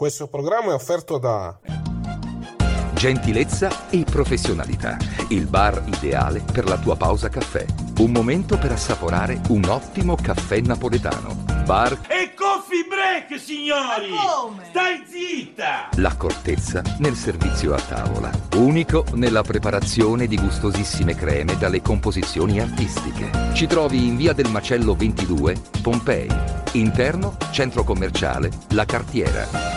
Questo programma è offerto da Gentilezza e professionalità. Il bar ideale per la tua pausa caffè. Un momento per assaporare un ottimo caffè napoletano. Bar e coffee break, signori! Stai zitta! L'accortezza nel servizio a tavola. Unico nella preparazione di gustosissime creme dalle composizioni artistiche. Ci trovi in via del Macello 22, Pompei. Interno, centro commerciale, La Cartiera.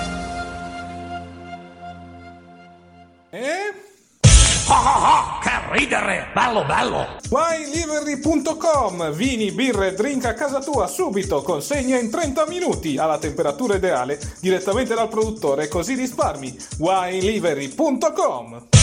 Che ridere! Bello! WineLivery.com. Vini, birre, drink a casa tua subito, consegna in 30 minuti alla temperatura ideale direttamente dal produttore, così risparmi. WineLivery.com.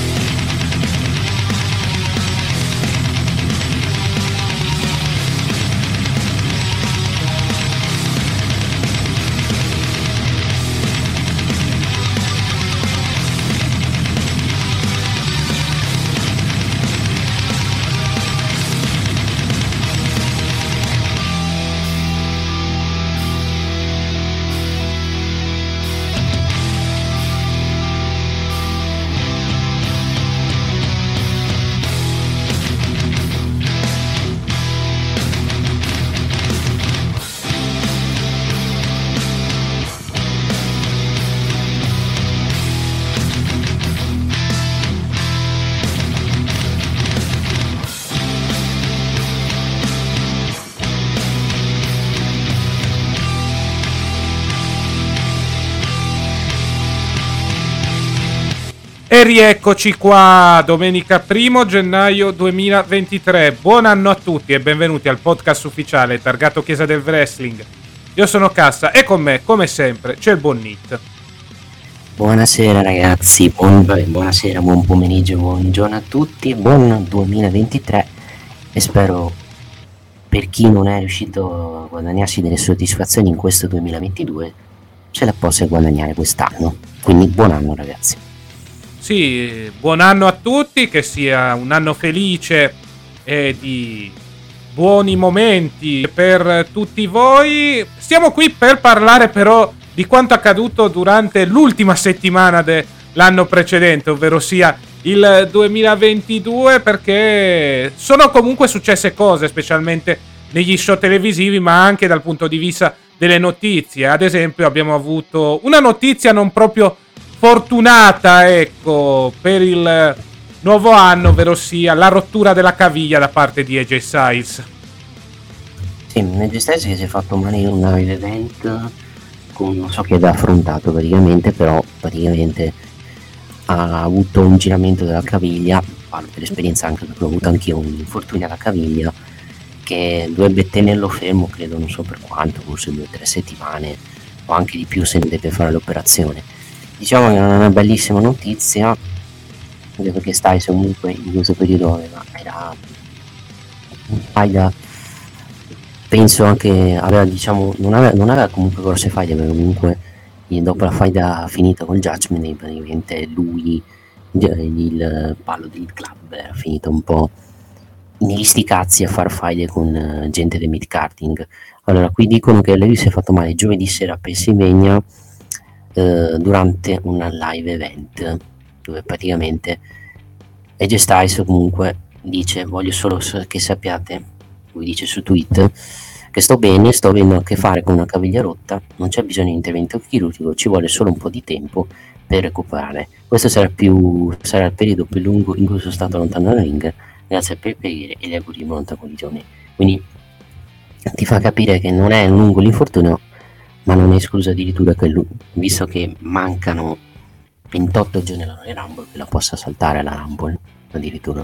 E rieccoci qua, domenica 1 gennaio 2023. Buon anno a tutti e benvenuti al podcast ufficiale targato Chiesa del Wrestling. Io sono Cassa e con me, come sempre, c'è il buon Nit. Buonasera ragazzi, buonasera, buon pomeriggio, buongiorno a tutti, buon 2023 e spero per chi non è riuscito a guadagnarsi delle soddisfazioni in questo 2022 ce la possa guadagnare quest'anno. Quindi buon anno ragazzi. Sì, buon anno a tutti, che sia un anno felice e di buoni momenti per tutti voi. Stiamo qui per parlare però di quanto accaduto durante l'ultima settimana dell'anno precedente, ovvero sia il 2022, perché sono comunque successe cose, specialmente negli show televisivi, ma anche dal punto di vista delle notizie. Ad esempio abbiamo avuto una notizia non proprio fortunata, ecco, per il nuovo anno, ovvero sia la rottura della caviglia da parte di AJ Styles. Sì, AJ Styles che si è fatto male in un live event con, non so che aveva affrontato però praticamente ha avuto un giramento della caviglia, parlo per esperienza anche perché ho avuto anch'io un infortunio alla caviglia che dovrebbe tenerlo fermo, credo, non so per quanto, forse 2 o 3 settimane o anche di più se ne deve fare l'operazione. Diciamo che non è una bellissima notizia, anche perché Styles comunque in questo periodo era un faida, penso anche aveva, diciamo, non aveva comunque grosse faide, perché comunque dopo la faida finita col Judgment Day praticamente lui, il pallo del club era finito un po' negli sti cazzi a far faide con gente del mid-carding. Allora qui dicono che lui si è fatto male giovedì sera a Pennsylvania durante un live event dove praticamente AJ Styles comunque dice: voglio solo che sappiate, lui dice su Twitter, che sto bene, sto avendo a che fare con una caviglia rotta, non c'è bisogno di intervento chirurgico, ci vuole solo un po' di tempo per recuperare. Questo sarà il periodo più lungo in cui sono stato lontano dal ring, grazie al pay-per-view e gli auguri di pronta guarigione. Quindi ti fa capire che non è lungo l'infortunio, ma non è escluso addirittura che lui, visto che mancano 28 giorni alla Royal Rumble, che la possa saltare alla Rumble addirittura.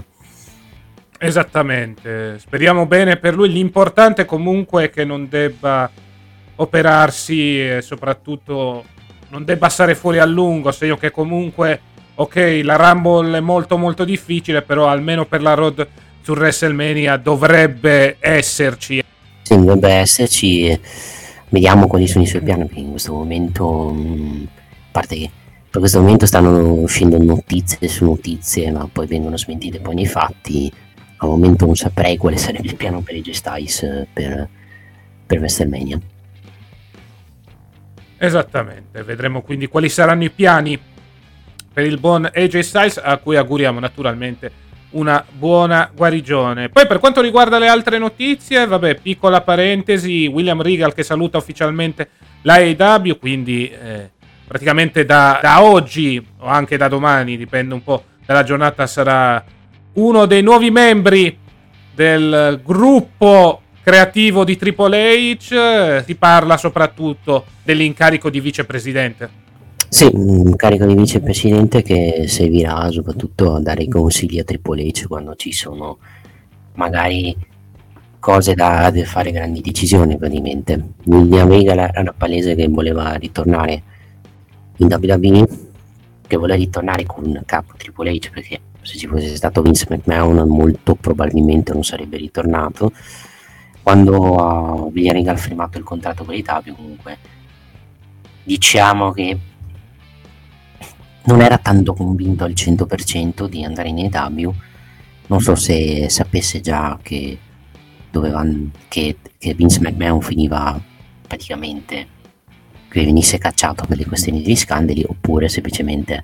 Esattamente, speriamo bene per lui. L'importante comunque è che non debba operarsi e soprattutto non debba stare fuori a lungo, segno che comunque ok, la Rumble è molto molto difficile, però almeno per la road su WrestleMania dovrebbe esserci. Sì, dovrebbe esserci. Vediamo quali sono i suoi piani, perché in questo momento, a parte che per questo momento stanno uscendo notizie su notizie, ma poi vengono smentite poi nei fatti. Al momento non saprei quale sarebbe il piano per AJ Styles per WrestleMania. Esattamente, vedremo quindi quali saranno i piani per il buon AJ Styles, a cui auguriamo naturalmente una buona guarigione. Poi per quanto riguarda le altre notizie, vabbè, piccola parentesi, William Regal che saluta ufficialmente la AEW, quindi praticamente da oggi o anche da domani, dipende un po' dalla giornata, sarà uno dei nuovi membri del gruppo creativo di Triple H. Si parla soprattutto dell'incarico di vicepresidente. Sì, un carico di vicepresidente che servirà soprattutto a dare i consigli a Triple H quando ci sono magari cose da fare, grandi decisioni praticamente. William Regal era palese che voleva ritornare in WWE, che voleva ritornare con capo Triple H, perché se ci fosse stato Vince McMahon molto probabilmente non sarebbe ritornato. Quando William Regal ha firmato il contratto con l'AEW, comunque diciamo che non era tanto convinto al 100% di andare in AEW. Non so se sapesse già che Vince McMahon finiva praticamente che venisse cacciato per le questioni degli scandali, oppure semplicemente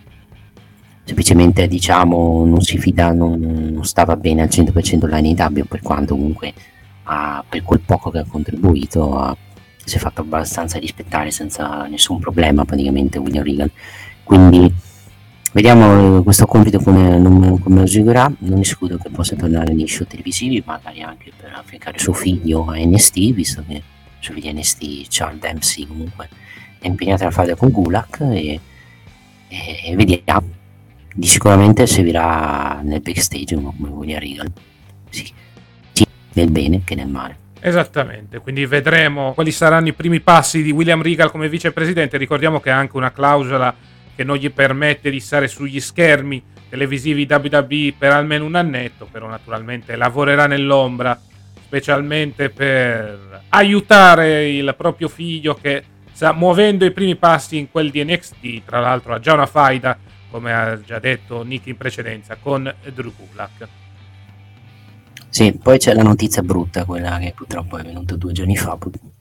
diciamo non si fida, non stava bene al 100% là in AEW, per quanto comunque per quel poco che ha contribuito si è fatto abbastanza rispettare senza nessun problema praticamente William Regal. Quindi vediamo questo compito come lo svolgerà. Non escludo che possa tornare negli show televisivi, magari anche per affiancare suo figlio a NXT, visto che suo figlio NXT, Charles Dempsey, comunque è impegnato nella faida con Gulak, e vediamo. Di sicuramente servirà nel backstage come William Regal, sì, nel bene che nel male. Esattamente, quindi vedremo quali saranno i primi passi di William Regal come vicepresidente. Ricordiamo che ha anche una clausola che non gli permette di stare sugli schermi televisivi WWE per almeno un annetto, però naturalmente lavorerà nell'ombra, specialmente per aiutare il proprio figlio che sta muovendo i primi passi in quel di NXT. Tra l'altro ha già una faida, come ha già detto Nick in precedenza, con Drew Gulak. Sì, poi c'è la notizia brutta, quella che purtroppo è venuta 2 giorni fa.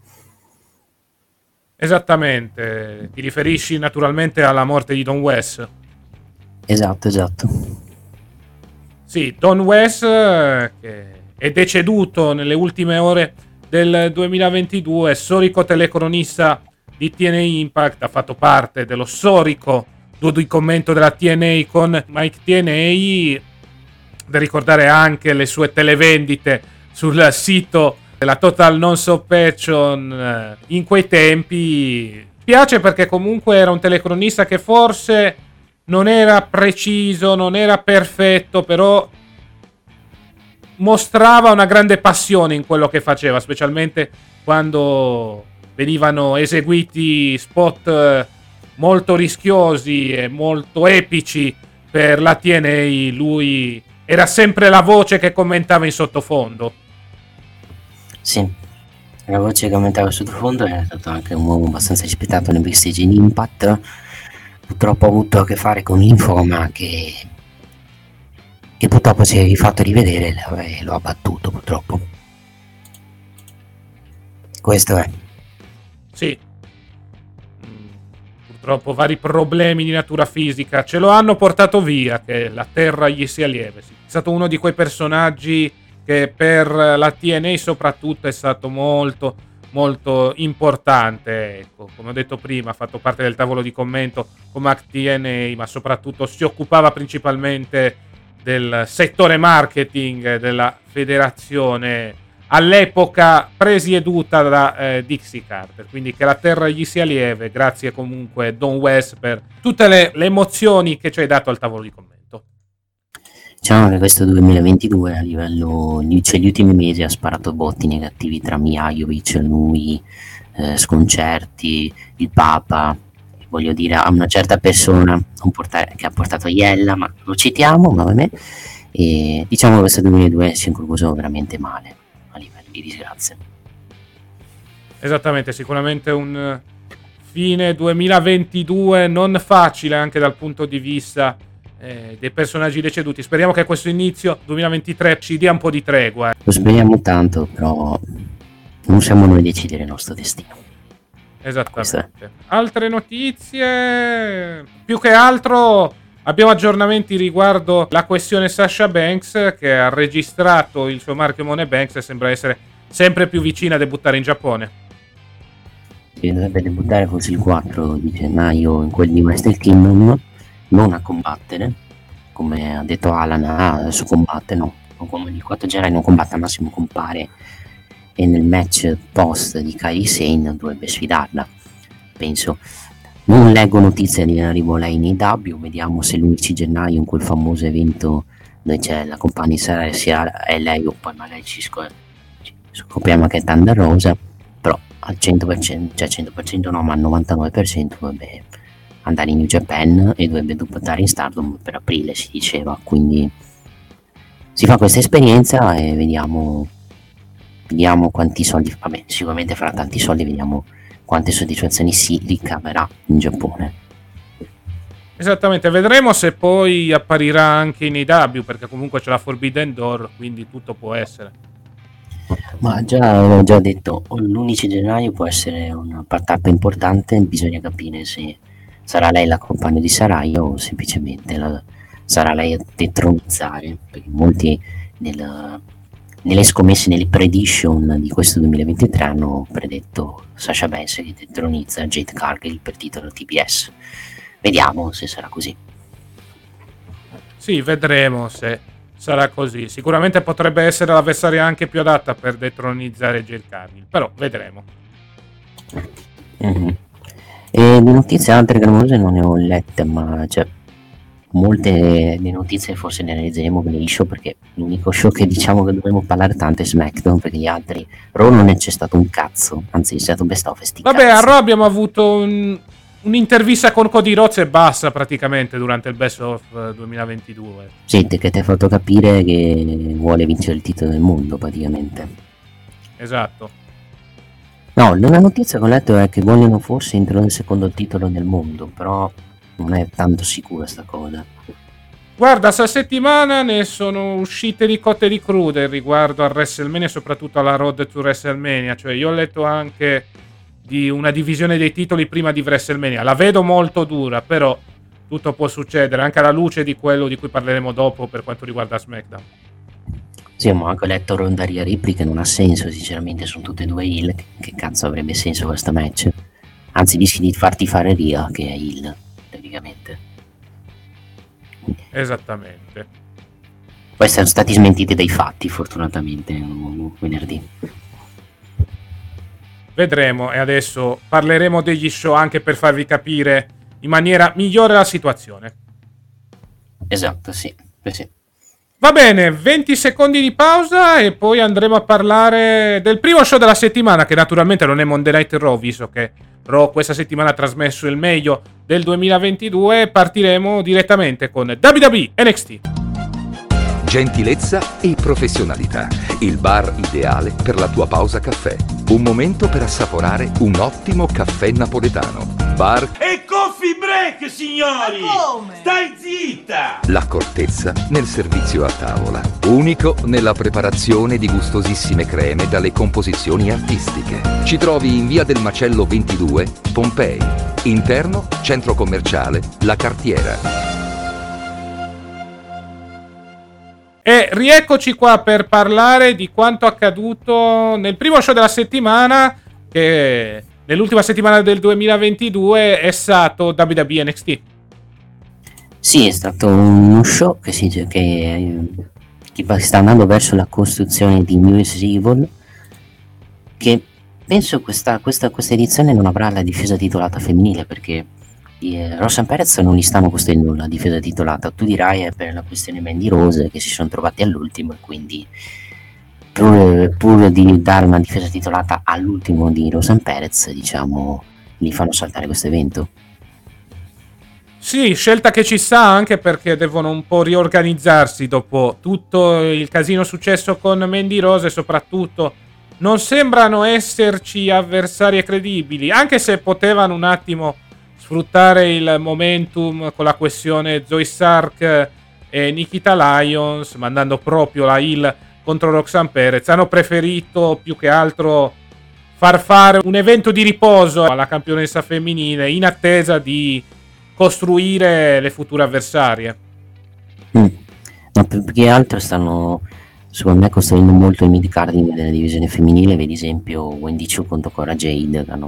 Esattamente, ti riferisci naturalmente alla morte di Don West. Esatto. Sì, Don West che è deceduto nelle ultime ore del 2022, storico telecronista di TNA Impact, ha fatto parte dello storico duo di commento della TNA con Mike TNA, da ricordare anche le sue televendite sul sito della Total Non-Stop Action in quei tempi. Piace perché comunque era un telecronista che forse non era preciso, non era perfetto, però mostrava una grande passione in quello che faceva, specialmente quando venivano eseguiti spot molto rischiosi e molto epici per la TNA. Lui era sempre la voce che commentava in sottofondo. Sì, la voce che commentava in sottofondo, è stato anche un uomo abbastanza rispettato nel backstage in Impact. Purtroppo ha avuto a che fare con l'infoma che purtroppo si è fatto rivedere e lo ha battuto, purtroppo. Questo è. Sì. Purtroppo vari problemi di natura fisica ce lo hanno portato via, che la terra gli sia lieve. Sì. È stato uno di quei personaggi che per la TNA soprattutto è stato molto molto importante. Ecco, come ho detto prima, ha fatto parte del tavolo di commento come TNA, ma soprattutto si occupava principalmente del settore marketing della federazione, all'epoca presieduta da Dixie Carter. Quindi che la terra gli sia lieve. Grazie comunque Don West per tutte le emozioni che ci hai dato al tavolo di commento. Diciamo che questo 2022 a livello, cioè gli ultimi mesi ha sparato botti negativi tra Mijajovic, lui, sconcerti, il Papa, voglio dire, a una certa persona che ha portato Iella, ma lo citiamo, ma vabbè, e diciamo che questo 2002 si è concluso veramente male a livello di disgrazie. Esattamente, sicuramente un fine 2022 non facile anche dal punto di vista dei personaggi deceduti. Speriamo che questo inizio 2023 ci dia un po' di tregua. Lo speriamo tanto, però non siamo noi a decidere il nostro destino. Esattamente. Altre notizie? Più che altro abbiamo aggiornamenti riguardo la questione Sasha Banks, che ha registrato il suo marchio Money Banks e sembra essere sempre più vicina a debuttare in Giappone. Sì, dovrebbe debuttare forse il 4 di gennaio in quel di Wrestle Kingdom, non a combattere, come ha detto Alan, adesso combatte, no, come il 4 gennaio non combatte, al massimo compare, e nel match post di Kairi Sane dovrebbe sfidarla, penso. Non leggo notizie di arrivo lei in AEW, vediamo se l'11 gennaio in quel famoso evento dove c'è la compagnia sarà sia lei o poi magari ci scopriamo che è Thunder Rosa, però al 100%, cioè 100% no, ma al 99% dovrebbe andare in New Japan e dovrebbe debuttare in Stardom per aprile, si diceva, quindi si fa questa esperienza e vediamo quanti soldi, vabbè, sicuramente farà tanti soldi, vediamo quante soddisfazioni si ricaverà in Giappone. Esattamente, vedremo se poi apparirà anche in AEW, perché comunque c'è la Forbidden Door, quindi tutto può essere. Ma avevo già detto, l'11 gennaio può essere una tappa importante, bisogna capire se sarà lei la compagna di Saraya o semplicemente sarà lei a detronizzare, perché molti nelle scommesse, nelle prediction di questo 2023 hanno predetto Sasha Banks che detronizza Jade Cargill per titolo TBS. Vediamo se sarà così. Sì, vedremo se sarà così. Sicuramente potrebbe essere l'avversaria anche più adatta per detronizzare Jade Cargill, però vedremo. Mm-hmm. E di notizie altre clamorose non ne ho lette, ma molte di notizie forse ne analizzeremo con il show, perché l'unico show che diciamo che dovremmo parlare tanto è SmackDown, perché gli altri Raw non c'è stato un cazzo, anzi è stato best of. Vabbè, a Raw abbiamo avuto un'intervista con Cody Rhodes e basta praticamente durante il best of 2022. Sì, che ti ha fatto capire che vuole vincere il titolo del mondo praticamente. Esatto. No, la notizia che ho letto è che vogliono forse introdurre il secondo titolo del mondo, però non è tanto sicura sta cosa. Guarda, sta settimana ne sono uscite di cotte e di crude riguardo a WrestleMania e soprattutto alla Road to WrestleMania. Cioè, io ho letto anche di una divisione dei titoli prima di WrestleMania. La vedo molto dura, però tutto può succedere, anche alla luce di quello di cui parleremo dopo per quanto riguarda SmackDown. Sì, ma ho anche letto Ronda Rhea Ripley, che non ha senso, sinceramente sono tutte e due heel. Che cazzo avrebbe senso questo match? Anzi, rischi di farti fare Rhea, che è heel, praticamente. Esattamente. Poi sono stati smentiti dai fatti, fortunatamente, venerdì. Vedremo, e adesso parleremo degli show anche per farvi capire in maniera migliore la situazione. Esatto, sì. Sì. Va bene, 20 secondi di pausa e poi andremo a parlare del primo show della settimana, che naturalmente non è Monday Night Raw, visto che Raw questa settimana ha trasmesso il meglio del 2022. Partiremo direttamente con WWE NXT. Gentilezza e professionalità. Il bar ideale per la tua pausa caffè. Un momento per assaporare un ottimo caffè napoletano. Bar E coffee break, signori! Stai zitta! L'accortezza nel servizio a tavola. Unico nella preparazione di gustosissime creme dalle composizioni artistiche. Ci trovi in via del Macello 22, Pompei. Interno, centro commerciale, La Cartiera. E rieccoci qua per parlare di quanto accaduto nel primo show della settimana, che nell'ultima settimana del 2022 è stato WWE NXT. Sì, è stato uno show che sta andando verso la costruzione di New Year's Evil, che penso questa edizione non avrà la difesa titolata femminile, perché Rosa Perez non gli stanno costruendo la difesa titolata. Tu dirai è per la questione Mandy Rose, che si sono trovati all'ultimo e quindi pur di dare una difesa titolata all'ultimo di Rosa Perez, diciamo, gli fanno saltare questo evento. Sì, scelta che ci sta anche perché devono un po' riorganizzarsi dopo tutto il casino successo con Mandy Rose e soprattutto non sembrano esserci avversarie credibili, anche se potevano un attimo sfruttare il momentum con la questione Zoe Stark e Nikita Lyons, mandando proprio la heel contro Roxanne Perez. Hanno preferito più che altro far fare un evento di riposo alla campionessa femminile in attesa di costruire le future avversarie. No, più che altro stanno, secondo me, costruendo molto il mid-carding della divisione femminile. Vedi esempio Wendy Choo contro Cora Jade, che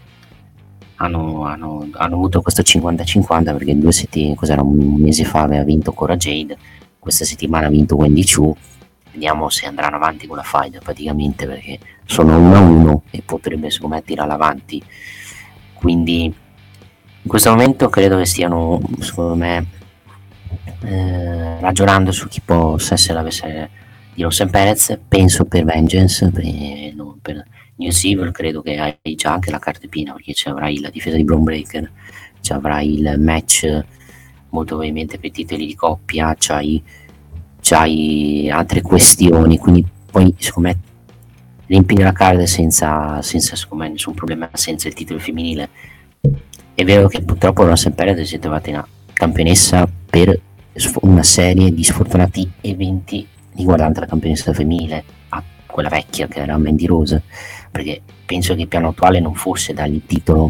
hanno avuto questo 50-50, perché cos'era, un mese fa aveva vinto Cora Jade, questa settimana ha vinto Wendy Choo. Vediamo se andranno avanti con la fight, praticamente, perché sono 1-1 e potrebbe, secondo me, tirarla avanti. Quindi in questo momento credo che stiano, secondo me, ragionando su chi possa essere l'avversario di Roxanne Perez. Penso per Vengeance, per News Evil credo che hai già anche la cartepina, perché ci avrai la difesa di Bron Breakker, ci avrai il match molto ovviamente per i titoli di coppia, c'hai altre questioni, quindi poi secondo me riempire la card senza secondo me nessun problema, senza il titolo femminile. È vero che purtroppo Roxanne Perez si è trovata in campionessa per una serie di sfortunati eventi riguardanti la campionessa femminile, quella vecchia che era Mandy Rose, perché penso che il piano attuale non fosse dargli il titolo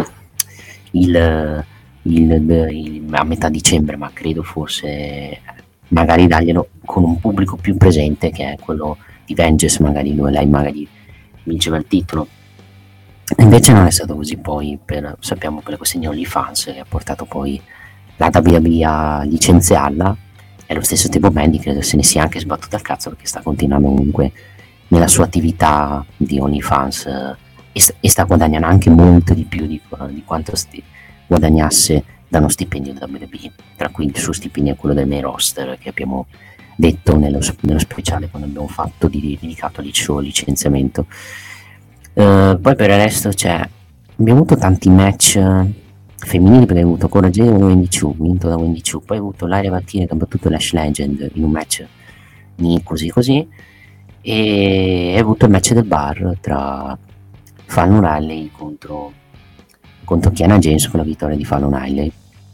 a metà dicembre, ma credo fosse magari darglielo con un pubblico più presente, che è quello di Vengeance, magari lei magari vinceva il titolo. Invece non è stato così, poi sappiamo per le questioni OnlyFans, che ha portato poi la WWE a licenziarla, e allo stesso tempo Mandy credo se ne sia anche sbattuta al cazzo, perché sta continuando comunque nella sua attività di OnlyFans e sta guadagnando anche molto di più di quanto guadagnasse da uno stipendio WWE, tra cui il suo stipendio è quello del main roster, che abbiamo detto nello speciale quando abbiamo fatto dedicato al suo licenziamento. Poi per il resto abbiamo avuto tanti match femminili, perché hai avuto Cora Jade e Wendy Choo, vinto da Wendy Choo, poi hai avuto Lyra Valkyria che ha battuto Lash Legend in un match così, e hai avuto il match del bar tra Fallon Riley contro Kiana James, con la vittoria di Fallon Riley.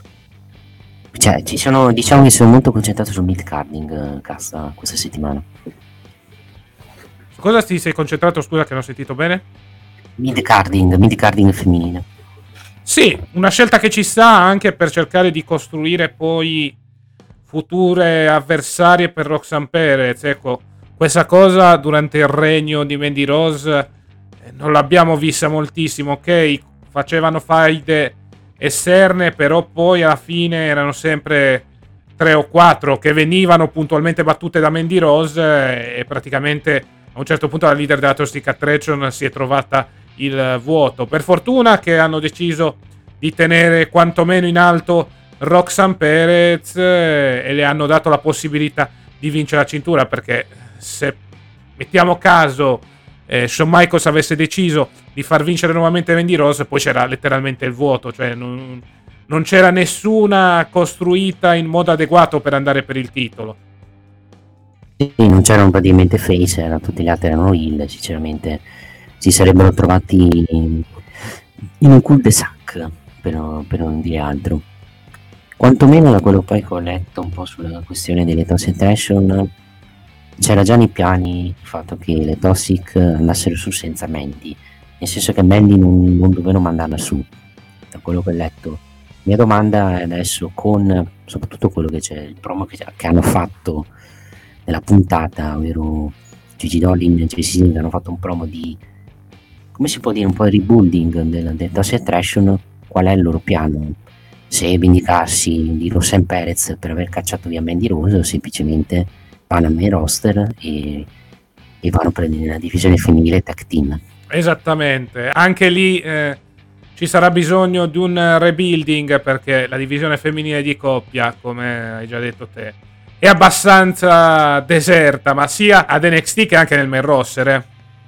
Diciamo che sono molto concentrato sul mid-carding questa settimana. Su cosa ti sei concentrato, scusa che non ho sentito bene? Mid-carding femminile. Sì, una scelta che ci sta anche per cercare di costruire poi future avversarie per Roxanne Perez. Ecco, questa cosa durante il regno di Mandy Rose non l'abbiamo vista moltissimo, ok? Facevano faide esterne, però poi alla fine erano sempre 3 o 4 che venivano puntualmente battute da Mandy Rose, e praticamente a un certo punto la leader della Toxic Attraction si è trovata il vuoto. Per fortuna che hanno deciso di tenere quantomeno in alto Roxanne Perez e le hanno dato la possibilità di vincere la cintura, perché se mettiamo caso Shawn Michaels avesse deciso di far vincere nuovamente Mandy Rose, poi c'era letteralmente il vuoto, cioè non c'era nessuna costruita in modo adeguato per andare per il titolo. Sì, non c'erano praticamente face, tutti gli altri erano heel, sinceramente si sarebbero trovati in un cul-de-sac, per non dire altro. Quantomeno da quello poi che ho letto un po' sulla questione delle Toxic Attraction, c'era già nei piani il fatto che le Toxic andassero su senza Mandy, nel senso che Mandy non dovevano mandarla su, da quello che ho letto. Mia domanda è adesso, con soprattutto quello che c'è, il promo che hanno fatto nella puntata, ovvero Gigi Dollin e JC, che hanno fatto un promo di, come si può dire, un po' di rebuilding del Toxic Attraction. Qual è il loro piano? Se vendicarsi di Roxanne Perez per aver cacciato via Mandy Rose, o semplicemente vanno al main roster e vanno a prendere la divisione femminile tag team. Esattamente, anche lì ci sarà bisogno di un rebuilding, perché la divisione femminile di coppia, come hai già detto te, è abbastanza deserta, ma sia ad NXT che anche nel main roster.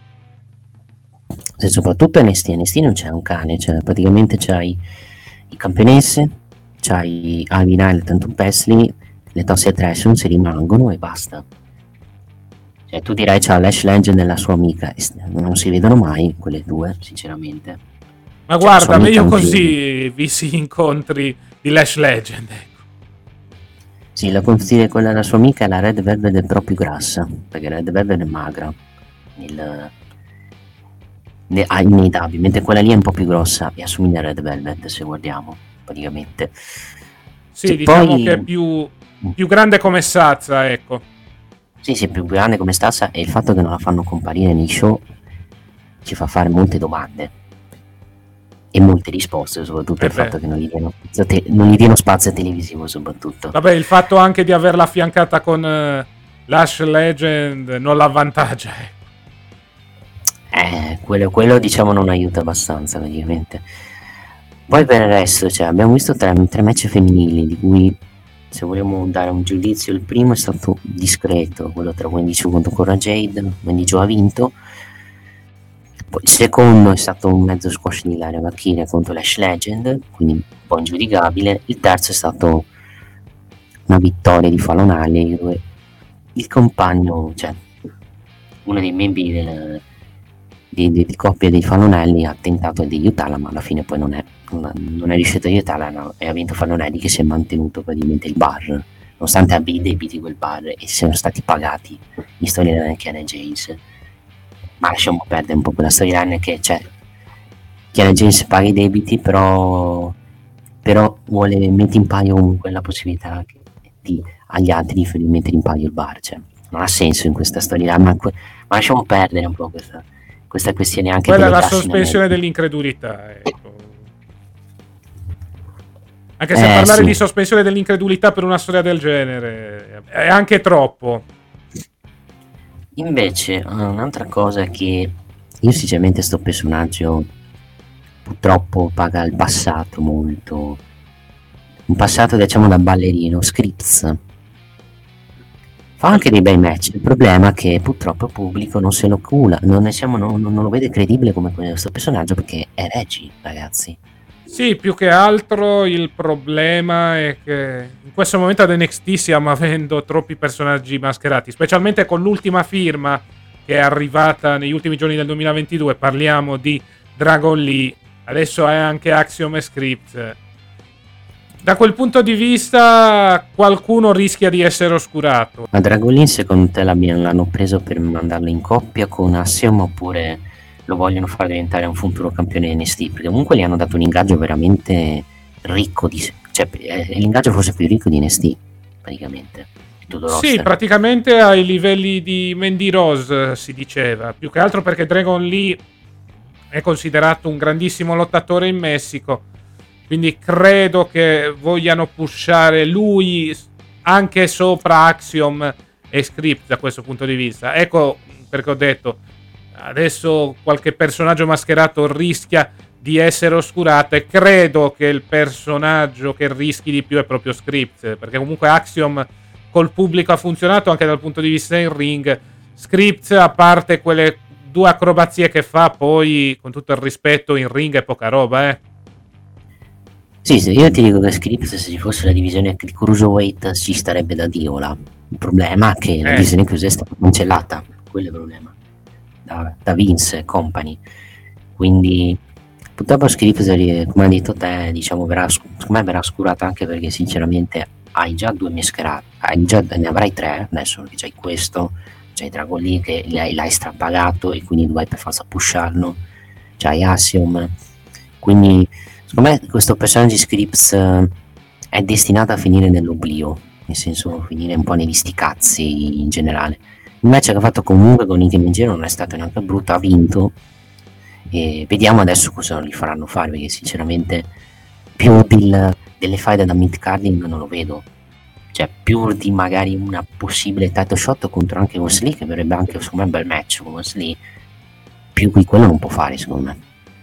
Se soprattutto NXT non c'è un cane, cioè praticamente c'hai i campionesse, c'hai Ivy Nile e Tatum Pasley, le Toxic Attraction si rimangono e basta. Cioè tu direi c'ha Lash Legend e la sua amica, non si vedono mai quelle due, sinceramente. Ma guarda, meglio così visti gli incontri di Lash Legend. Sì, la consiglio quella della sua amica, la Red Velvet è però più grassa, perché la Red Velvet è magra nei dubbi, mentre quella lì è un po' più grossa e assomiglia a Red Velvet, se guardiamo, praticamente. Sì, diciamo che è più grande come stazza, ecco. Sì, più grande come stazza, e il fatto che non la fanno comparire nei show ci fa fare molte domande e molte risposte, soprattutto il fatto che non gli diano spazio televisivo, soprattutto. Vabbè, il fatto anche di averla affiancata con Lash Legend non l'avvantaggia, quello diciamo non aiuta abbastanza, praticamente. Poi per il resto, cioè, abbiamo visto tre match femminili, di cui, se vogliamo dare un giudizio, il primo è stato discreto, quello tra Wendy Choo contro Cora Jade. Wendy Choo ha vinto. Poi il secondo è stato un mezzo squash di Ilaria Valkyria contro Lash Legend, quindi un po' ingiudicabile. Il terzo è stato una vittoria di Fallon Henley, dove il compagno, cioè uno dei membri di coppia dei Fallon Henley, ha tentato di aiutarla, ma alla fine poi non è riuscito ad aiutarla, no, e ha vinto Fallon Henley, che si è mantenuto praticamente il bar, nonostante abbia i debiti quel bar e siano stati pagati in storyline anche Anna James. Ma lasciamo perdere un po' quella storyline, che c'è Anna James paga i debiti, però vuole mettere in palio comunque la possibilità agli altri di mettere in palio il bar, cioè non ha senso in questa storyline, ma lasciamo perdere un po' questa questione anche. Quella è la sospensione dell'incredulità, ecco. Anche se parlare di sospensione dell'incredulità per una storia del genere è anche troppo. Invece un'altra cosa è che io sinceramente sto personaggio purtroppo paga il passato molto, un passato diciamo da ballerino. Scripps fa anche dei bei match, il problema è che purtroppo il pubblico non se lo cula, non lo vede credibile come questo personaggio, perché è Reggie, ragazzi. Sì, più che altro il problema è che in questo momento ad NXT stiamo avendo troppi personaggi mascherati, specialmente con l'ultima firma che è arrivata negli ultimi giorni del 2022. Parliamo di Dragon Lee, adesso è anche Axiom e Script. Da quel punto di vista qualcuno rischia di essere oscurato. Ma Dragon Lee, secondo te l'hanno preso per mandarlo in coppia con Axiom, oppure lo vogliono far diventare un futuro campione NXT? Perché comunque gli hanno dato un ingaggio veramente ricco, cioè l'ingaggio forse più ricco di NXT, praticamente. Sì, praticamente ai livelli di Mandy Rose, si diceva, più che altro perché Dragon Lee è considerato un grandissimo lottatore in Messico, quindi credo che vogliano pushare lui anche sopra Axiom e Script da questo punto di vista. Ecco perché ho detto, adesso qualche personaggio mascherato rischia di essere oscurato, e credo che il personaggio che rischi di più è proprio Script, perché comunque Axiom col pubblico ha funzionato anche dal punto di vista in ring. Script, a parte quelle 2 acrobazie che fa, poi con tutto il rispetto in ring è poca roba, Sì, io ti dico che Script, se ci fosse la divisione di Cruiserweight, ci starebbe da Dio là. Il problema è che la divisione così è stata cancellata, quello è il problema, da Vince e company. Quindi purtroppo Script, come hai detto te, diciamo, secondo me verrà oscurata, anche perché sinceramente hai già 2 mascherati, ne avrai 3 adesso, perché c'hai questo, c'hai Dragon Lee che l'hai strapagato e quindi vai per forza pusharlo, c'hai Axiom, quindi secondo me questo personaggio di Scripps è destinato a finire nell'oblio, nel senso finire un po' negli sticazzi in generale. Il match che ha fatto comunque con Nicky Mingero non è stato neanche brutto, ha vinto, e vediamo adesso cosa gli faranno fare, perché sinceramente più delle faide da mid-carding non lo vedo, cioè più di magari una possibile title shot contro anche Wesley, che verrebbe anche secondo me un bel match con Wesley, più di quello non può fare secondo me.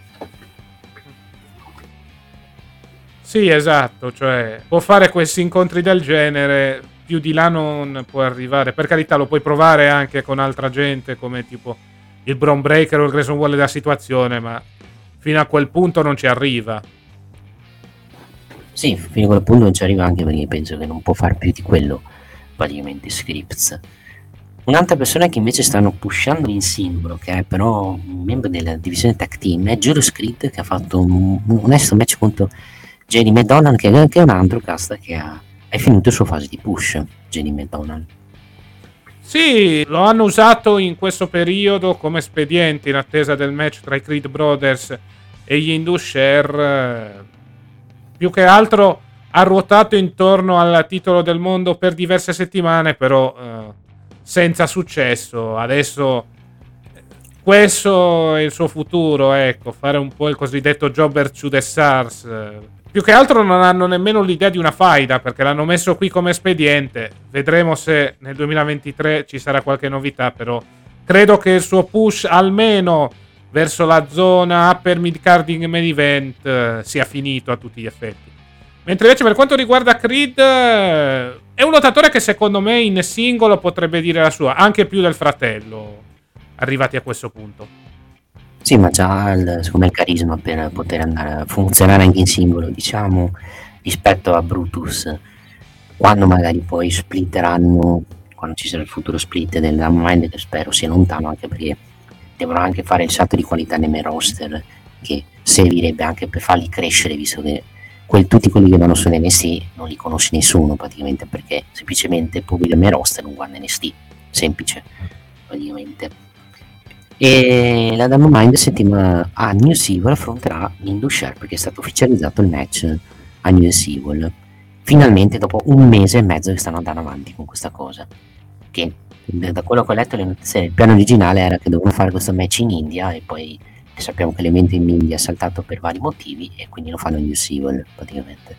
Sì, esatto, cioè può fare questi incontri del genere, più di là non può arrivare. Per carità, lo puoi provare anche con altra gente, come tipo il Bron Breaker o il Grayson Waller della situazione, ma fino a quel punto non ci arriva. Sì, fino a quel punto non ci arriva, anche perché penso che non può fare più di quello praticamente Scripps. Un'altra persona che invece stanno pushando in singolo, che è però un membro della divisione tag team, è Julius Creed, che ha fatto un onesto match contro Jerry McDonald, che è un altro cast che è finito il suo fase di push, Jerry McDonald. Sì, lo hanno usato in questo periodo come espediente in attesa del match tra i Creed Brothers e gli Indusher. Più che altro ha ruotato intorno al titolo del mondo per diverse settimane, però senza successo. Adesso questo è il suo futuro, ecco, fare un po' il cosiddetto jobber to the stars. Più che altro non hanno nemmeno l'idea di una faida, perché l'hanno messo qui come espediente. Vedremo se nel 2023 ci sarà qualche novità, però credo che il suo push almeno verso la zona upper mid carding main event sia finito a tutti gli effetti. Mentre invece per quanto riguarda Creed, è un lottatore che secondo me in singolo potrebbe dire la sua, anche più del fratello, arrivati a questo punto. Sì, ma già secondo me il carisma per poter andare a funzionare anche in singolo, diciamo, rispetto a Brutus, quando magari poi splitteranno, quando ci sarà il futuro split del Mind, che spero sia lontano, anche perché devono anche fare il salto di qualità nei main roster, che servirebbe anche per farli crescere, visto che tutti quelli che vanno su NXT non li conosce nessuno praticamente, perché semplicemente il pubblico del main roster non guarda NXT, semplice praticamente. E la Diamond Mind settimana a New Evil affronterà l'Indusher, perché è stato ufficializzato il match a New Evil finalmente dopo un mese e mezzo che stanno andando avanti con questa cosa, che da quello che ho letto le notizie, il piano originale era che dovevano fare questo match in India, e poi sappiamo che l'evento in India è saltato per vari motivi e quindi lo fanno a New Evil praticamente.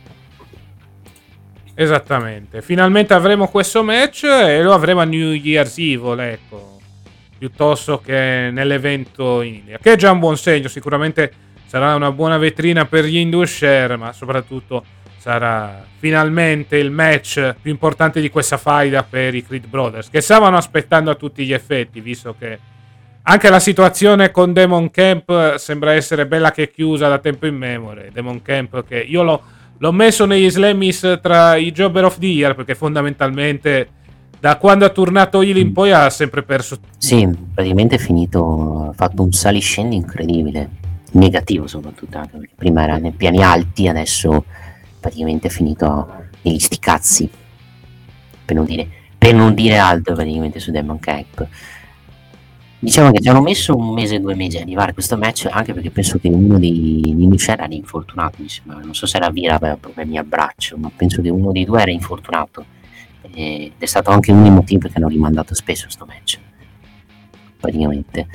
Esattamente, finalmente avremo questo match e lo avremo a New Year's Evil, ecco, piuttosto che nell'evento in India, che è già un buon segno. Sicuramente sarà una buona vetrina per gli Indusher, ma soprattutto sarà finalmente il match più importante di questa faida per i Creed Brothers, che stavano aspettando a tutti gli effetti, visto che anche la situazione con Demon Camp sembra essere bella che chiusa da tempo immemore. Demon Camp, che io l'ho messo negli Slammies tra i Jobber of the Year, perché fondamentalmente da quando ha turnato heel in poi ha sempre perso. Sì, praticamente è finito, ha fatto un saliscendi incredibile, negativo soprattutto, anche perché prima era nei piani alti, adesso praticamente è finito negli sticazzi, per non dire altro praticamente su Demon Camp. Diciamo che ci hanno messo un mese, 2 mesi a arrivare a questo match, anche perché penso che uno dei Indusher era infortunato, mi sembra. Non so se era Vira aveva problemi al braccio, ma penso che uno dei due era infortunato. Ed è stato anche uno dei motivi perché hanno rimandato spesso questo match praticamente.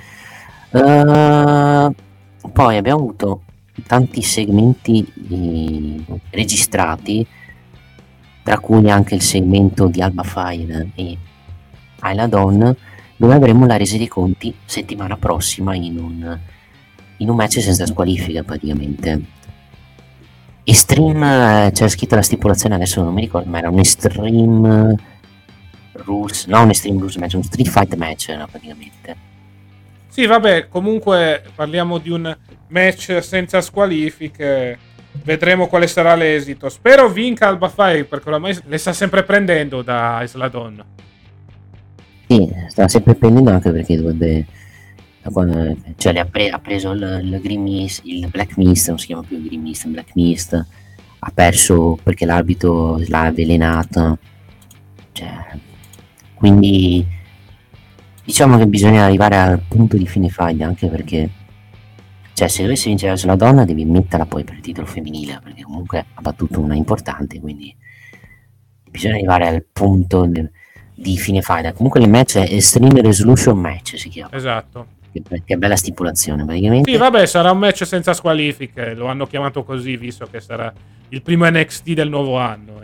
Poi abbiamo avuto tanti segmenti registrati, tra cui anche il segmento di Alba Fire e Ayla Dawn, dove avremo la resa dei conti settimana prossima in un match senza squalifica praticamente. Extreme, c'era scritto la stipulazione, adesso non mi ricordo, ma era un Extreme Rules, no, un Extreme Rules match, un Street Fight match era praticamente. Sì, vabbè, comunque parliamo di un match senza squalifiche, vedremo quale sarà l'esito. Spero vinca Alba Fire, perché oramai le sta sempre prendendo da Isla Dawn. Sì, sta sempre prendendo, anche perché dovrebbe, cioè ha preso il Green Mist, il Black Mist, non si chiama più Green Mist, Black Mist, ha perso perché l'arbitro l'ha avvelenato, cioè, quindi diciamo che bisogna arrivare al punto di fine fight, anche perché, cioè, se dovesse vincere sulla donna devi metterla poi per il titolo femminile, perché comunque ha battuto una importante, quindi bisogna arrivare al punto di fine fight. Comunque il match è Extreme Resolution Match, si chiama. Esatto. Che bella stipulazione praticamente. Sì, vabbè, sarà un match senza squalifiche, lo hanno chiamato così visto che sarà il primo NXT del nuovo anno.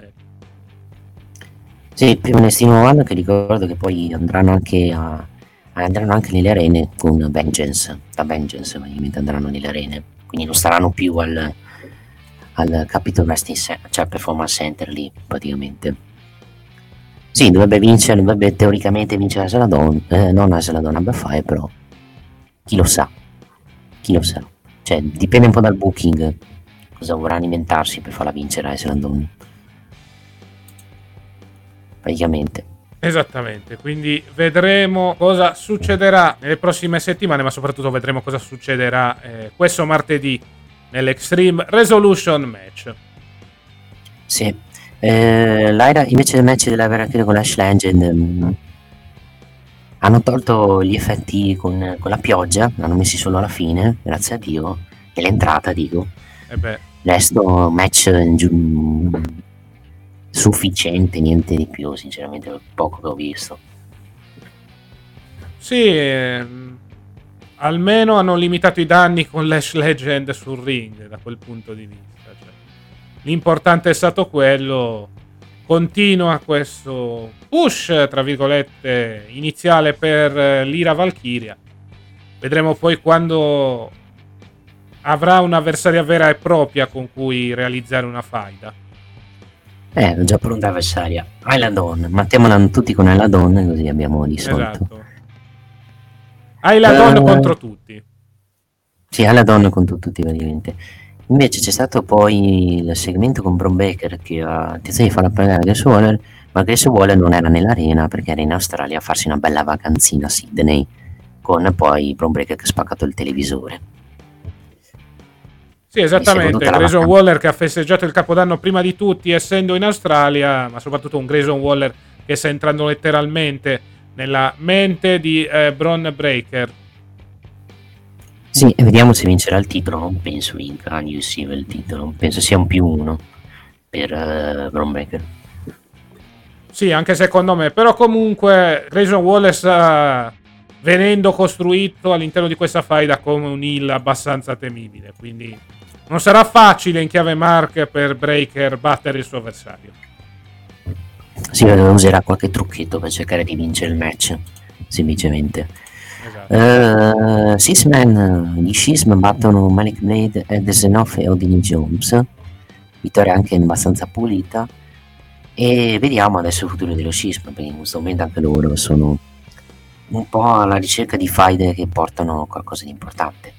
Sì, il primo NXT nuovo anno, che ricordo che poi andranno anche nelle arene con Vengeance, da Vengeance praticamente andranno nelle arene, quindi non staranno più al Capitol Wrestling Center, cioè Performance Center lì praticamente. Sì, dovrebbe teoricamente vincere la Saladon, non la Saladon a Bafai, però chi lo sa, cioè dipende un po' dal booking, cosa vorranno inventarsi per farla vincere a Saladon praticamente. Esattamente, quindi vedremo cosa succederà nelle prossime settimane, ma soprattutto vedremo cosa succederà questo martedì nell'Extreme Resolution Match. Sì, Lyra invece del match della vera con Lash Legend Hanno tolto gli effetti con la pioggia, l'hanno messi solo alla fine, grazie a Dio, e l'entrata, dico. E beh, Resto match sufficiente, niente di più, sinceramente, per poco che ho visto. sì, almeno hanno limitato i danni con Lash Legend sul ring, da quel punto di vista. Cioè, l'importante è stato quello. Continua questo push, tra virgolette, iniziale per l'Ira Valkyria. Vedremo poi quando avrà un'avversaria vera e propria con cui realizzare una faida. Ho già pronta avversaria. Ayla Dawn, mettiamola tutti con Ayla Dawn, così abbiamo risolto. Esatto. Hai la donna contro tutti. Sì, Ayla Dawn contro tutti praticamente. Invece c'è stato poi il segmento con Bron Breakker che ha intenzione di farla parlare Grace Waller, ma Grace Waller non era nell'arena perché era in Australia a farsi una bella vacanzina a Sydney, con poi Bron Breakker che ha spaccato il televisore. Sì, esattamente. Grayson Waller che ha festeggiato il Capodanno prima di tutti essendo in Australia, ma soprattutto un Grayson Waller che sta entrando letteralmente nella mente di Bron Breakker. Sì, e vediamo se vincerà il titolo. Non penso vinca UC il titolo, penso sia un +1 per Bron Breakker. Sì, anche secondo me, però comunque Grayson Waller sta venendo costruito all'interno di questa faida come un heel abbastanza temibile, quindi non sarà facile in chiave mark per Breakker battere il suo avversario. Sì, userà qualche trucchetto per cercare di vincere il match, semplicemente. Esatto. Six-Man, gli Schism battono Malik Blade, Ed Zenoff e Odin Jones, vittoria anche abbastanza pulita, e vediamo adesso il futuro dello Schism, perché in questo momento anche loro sono un po' alla ricerca di faide che portano qualcosa di importante.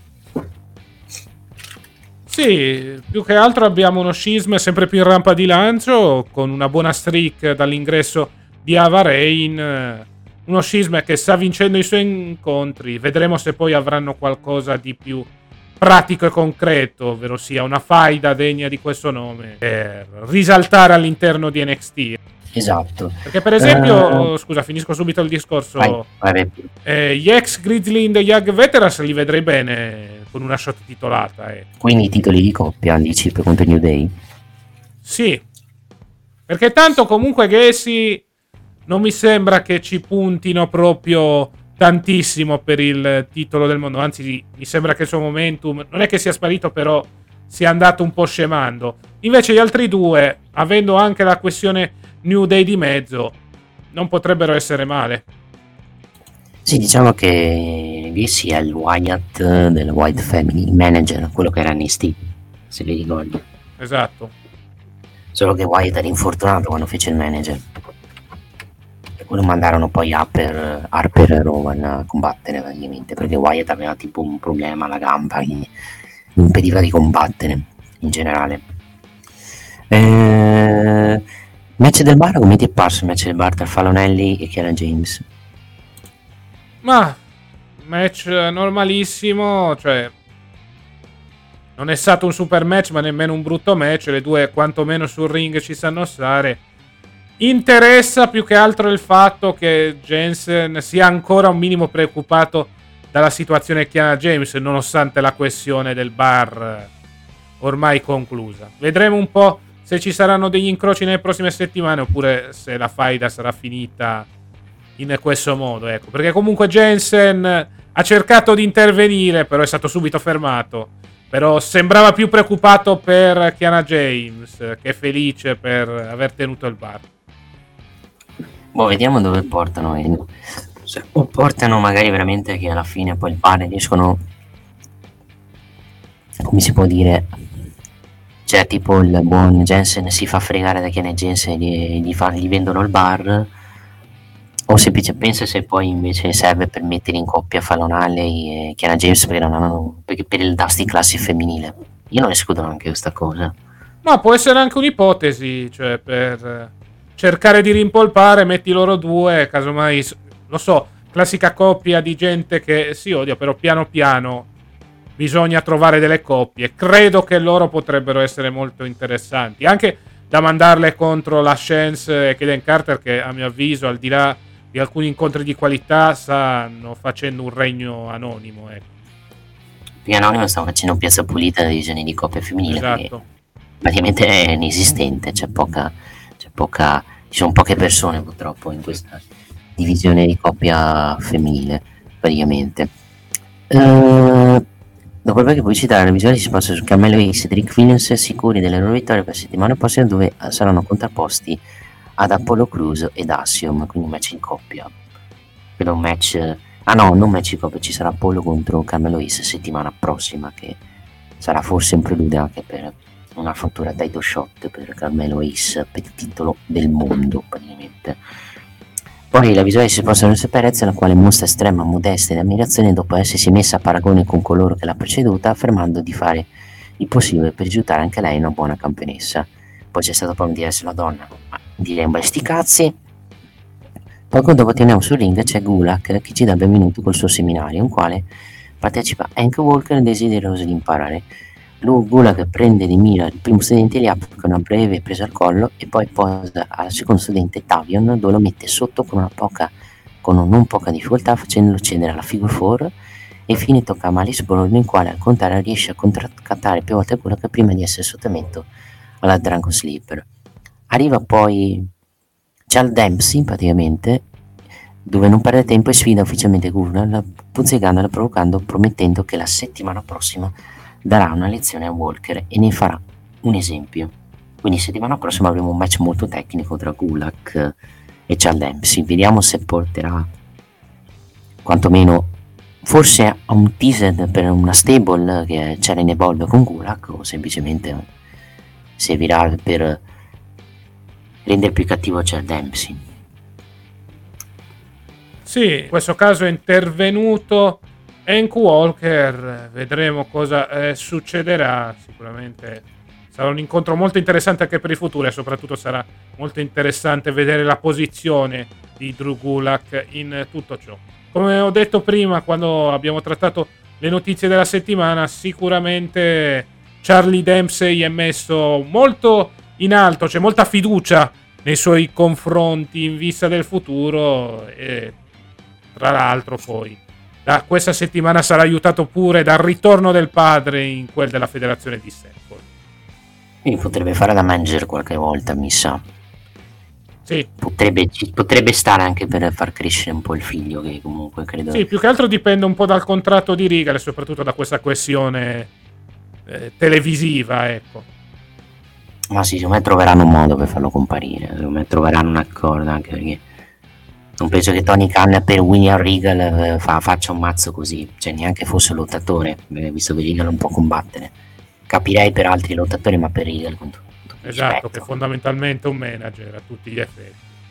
Sì, più che altro abbiamo uno Schism sempre più in rampa di lancio, con una buona streak dall'ingresso di Ava Rain. Uno Schism che sta vincendo i suoi incontri. Vedremo se poi avranno qualcosa di più pratico e concreto, ovvero sia una faida degna di questo nome per risaltare all'interno di NXT. Esatto. Perché per esempio, scusa, finisco subito il discorso. Vai. Gli ex Grizzly in the Young Veterans li vedrei bene con una shot titolata. Quindi i titoli di coppia, dici, per contro New Day? Sì, perché tanto comunque Gacy non mi sembra che ci puntino proprio tantissimo per il titolo del mondo, anzi mi sembra che il suo momentum non è che sia sparito, però sia andato un po' scemando. Invece gli altri due, avendo anche la questione New Day di mezzo, non potrebbero essere male. Sì, diciamo che Gacy è il Wyatt del White Family Manager, quello che era NXT, se vi ricordi. Esatto. Solo che Wyatt era infortunato quando fece il manager. Quello mandarono poi Harper e Rowan a combattere praticamente, perché Wyatt aveva tipo un problema alla gamba che gli impediva di combattere in generale. Match del bar, come ti è parso il match del bar tra Fallonelli e Kiara James? Ma match normalissimo, cioè non è stato un super match ma nemmeno un brutto match, le due quantomeno sul ring ci sanno stare. Interessa più che altro il fatto che Jensen sia ancora un minimo preoccupato dalla situazione Kiana James, nonostante la questione del bar ormai conclusa. Vedremo un po' se ci saranno degli incroci nelle prossime settimane oppure se la faida sarà finita in questo modo, ecco. Perché comunque Jensen ha cercato di intervenire, però è stato subito fermato. Però sembrava più preoccupato per Kiana James che felice per aver tenuto il bar. Boh, vediamo dove portano. O portano magari veramente che alla fine poi il bar riescono, come si può dire, cioè tipo il buon Jensen si fa fregare da Kiana James e gli vendono il bar, o semplicemente pensa se poi invece serve per mettere in coppia Fallonelli e Kiana James perché per il Dusty Classic femminile. Io non escludo anche questa cosa. Ma può essere anche un'ipotesi, cioè per cercare di rimpolpare, metti loro due, casomai, lo so, classica coppia di gente che si odia, però piano piano bisogna trovare delle coppie. Credo che loro potrebbero essere molto interessanti, anche da mandarle contro la Chance e Kaden Carter, che a mio avviso, al di là di alcuni incontri di qualità stanno facendo un regno anonimo, ecco. Perché anonimo stanno facendo piazza pulita della divisione di coppia femminile, Esatto. che praticamente è inesistente, ci sono poche persone purtroppo in questa divisione di coppia femminile, praticamente. Dopo il break pubblicità, la visuale si passa su Carmelo e Cedric Williams, sicuri delle loro vittorie per settimana prossima, dove saranno contrapposti ad Apollo Crews ed Axiom, quindi un match in coppia. Per un match, non match in coppia, ci sarà Apollo contro Carmelo Hayes settimana prossima, che sarà forse un preludio anche per una futura title shot per Carmelo Hayes per il titolo del mondo, praticamente. Poi la visuale si sposta verso Perez, la quale mostra estrema modestia ed ammirazione dopo essersi messa a paragone con coloro che l'ha preceduta, affermando di fare il possibile per risultare anche lei una buona campionessa. Poi c'è stato proprio di essere la donna, ma direi un bel sti cazzi. Poi quando torniamo sul ring c'è Gulak che ci dà benvenuto col suo seminario, in quale partecipa Hank Walker desideroso di imparare. Gulak prende di mira il primo studente e gli applica una breve presa al collo e poi posa al secondo studente Tavion, dove lo mette sotto con non poca difficoltà, facendolo cedere alla figure 4, e infine tocca a Malice Born, in quale al contrario riesce a contrattaccare più volte Gulak prima di essere sottomesso alla Dragon Sleeper. Arriva poi Charles Dempsey, praticamente, dove non perde tempo e sfida ufficialmente Gulak, puzzicandola, promettendo che la settimana prossima darà una lezione a Walker e ne farà un esempio. Quindi settimana prossima avremo un match molto tecnico tra Gulak e Charles Dempsey. Vediamo se porterà quantomeno forse a un teaser per una stable che c'era in Evolve con Gulak, o semplicemente servirà per rendere più cattivo Charles Dempsey. Sì, in questo caso è intervenuto Hank Walker, vedremo cosa succederà. Sicuramente sarà un incontro molto interessante anche per il futuro, e soprattutto sarà molto interessante vedere la posizione di Drew Gulak in tutto ciò. Come ho detto prima, quando abbiamo trattato le notizie della settimana, sicuramente Charlie Dempsey è messo molto in alto, c'è molta fiducia nei suoi confronti in vista del futuro, e tra l'altro poi da questa settimana sarà aiutato pure dal ritorno del padre in quel della federazione di Stanford. Quindi potrebbe fare da manager qualche volta, mi sa. Sì. Potrebbe stare anche per far crescere un po' il figlio, che comunque credo... Sì, più che altro dipende un po' dal contratto di Regal e soprattutto da questa questione televisiva, ecco. Ma sì, secondo me troveranno un modo per farlo comparire, secondo me troveranno un accordo, anche perché non penso che Tony Khan per William Regal faccia un mazzo così, cioè neanche fosse lottatore, visto che Regal non può combattere. Capirei per altri lottatori, ma per Regal con tutto esatto, rispetto, che è fondamentalmente un manager a tutti gli effetti.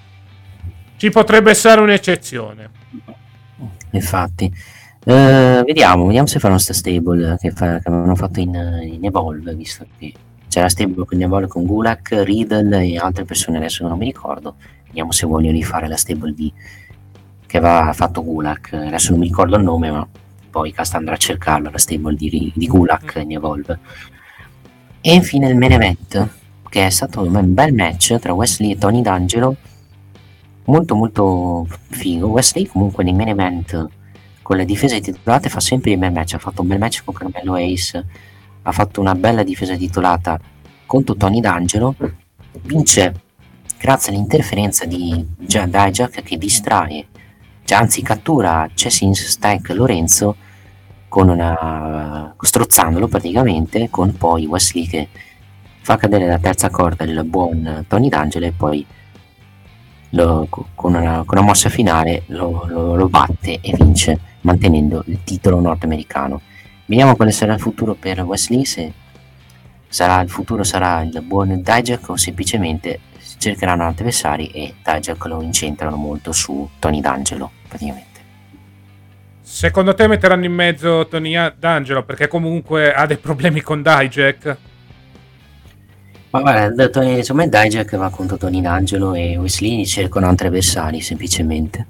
Ci potrebbe essere un'eccezione. Infatti. Vediamo se fanno sta stable che avevano fatto in Evolve, visto che c'era stable in Evolve con Gulak, Riddle e altre persone, adesso non mi ricordo. Vediamo se vogliono rifare la stable che aveva fatto Gulak, adesso non mi ricordo il nome, ma poi Cast andrà a cercarlo, la stable di Gulak in Evolve. E infine il main event, che è stato un bel match tra Wesley e Tony D'Angelo, molto molto figo. Wesley comunque nei main event con le difese titolate fa sempre il bel match, ha fatto un bel match con Carmelo Hayes, ha fatto una bella difesa titolata contro Tony D'Angelo, vince grazie all'interferenza di Dijak che distrae, cioè anzi cattura Chassis Stank Lorenzo strozzandolo praticamente, con poi Wesley che fa cadere la terza corda del buon Tony D'Angelo e poi con una mossa finale lo batte e vince, mantenendo il titolo nordamericano. Vediamo quale sarà il futuro per Wesley, se il futuro sarà il buon Dijak o semplicemente cercheranno altri avversari e Dijak lo incentrano molto su Tony D'Angelo praticamente. Secondo te metteranno in mezzo Tony D'Angelo perché comunque ha dei problemi con Dijak? Ma guarda, secondo me Dijak va contro Tony D'Angelo e Wesley cercano altri avversari semplicemente.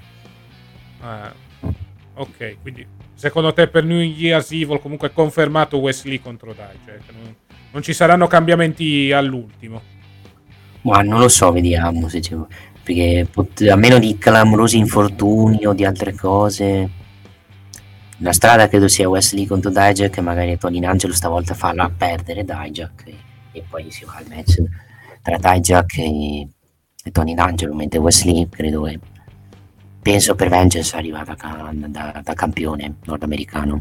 Ok, quindi secondo te per New Year's Evil comunque è confermato Wesley contro Dijak, non ci saranno cambiamenti all'ultimo? Ma non lo so, vediamo se perché a meno di clamorosi infortuni o di altre cose, la strada credo sia Wesley contro Dijak, e magari Tony D'Angelo stavolta farla perdere Dijak e poi si fa il match tra Dijak e Tony D'Angelo, mentre Wesley credo penso per Vengeance arriva da campione nordamericano.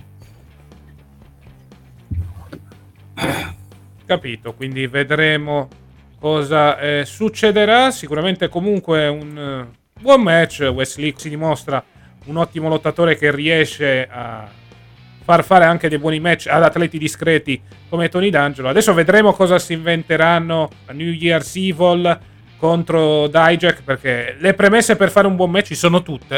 Capito, quindi vedremo cosa succederà. Sicuramente comunque un buon match. Wesley si dimostra un ottimo lottatore che riesce a far fare anche dei buoni match ad atleti discreti come Tony D'Angelo. Adesso vedremo cosa si inventeranno a New Year's Evil contro Dijak, perché le premesse per fare un buon match ci sono tutte.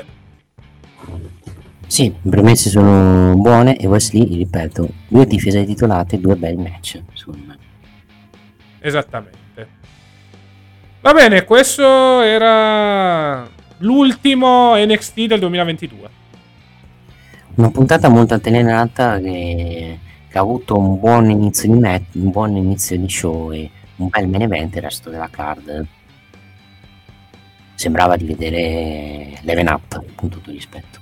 Sì, le premesse sono buone e Wesley, ripeto, 2 difese titolate, 2 bei match, secondo me. Esattamente. Va bene, questo era l'ultimo NXT del 2022. Una puntata molto altalenata che ha avuto un buon inizio di match, un buon inizio di show e un bel main event. Il resto della card sembrava di vedere Level Up, con tutto rispetto.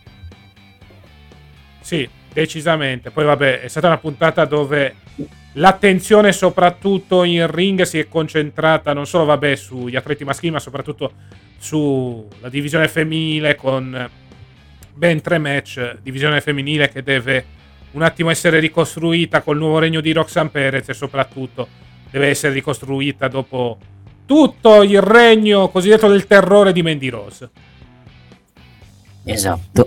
Sì, decisamente. Poi vabbè, è stata una puntata dove l'attenzione soprattutto in ring si è concentrata non solo vabbè sugli atleti maschili, ma soprattutto sulla divisione femminile, con ben 3 match. Divisione femminile che deve un attimo essere ricostruita col nuovo regno di Roxanne Perez, e soprattutto deve essere ricostruita dopo tutto il regno cosiddetto del terrore di Mandy Rose. Esatto.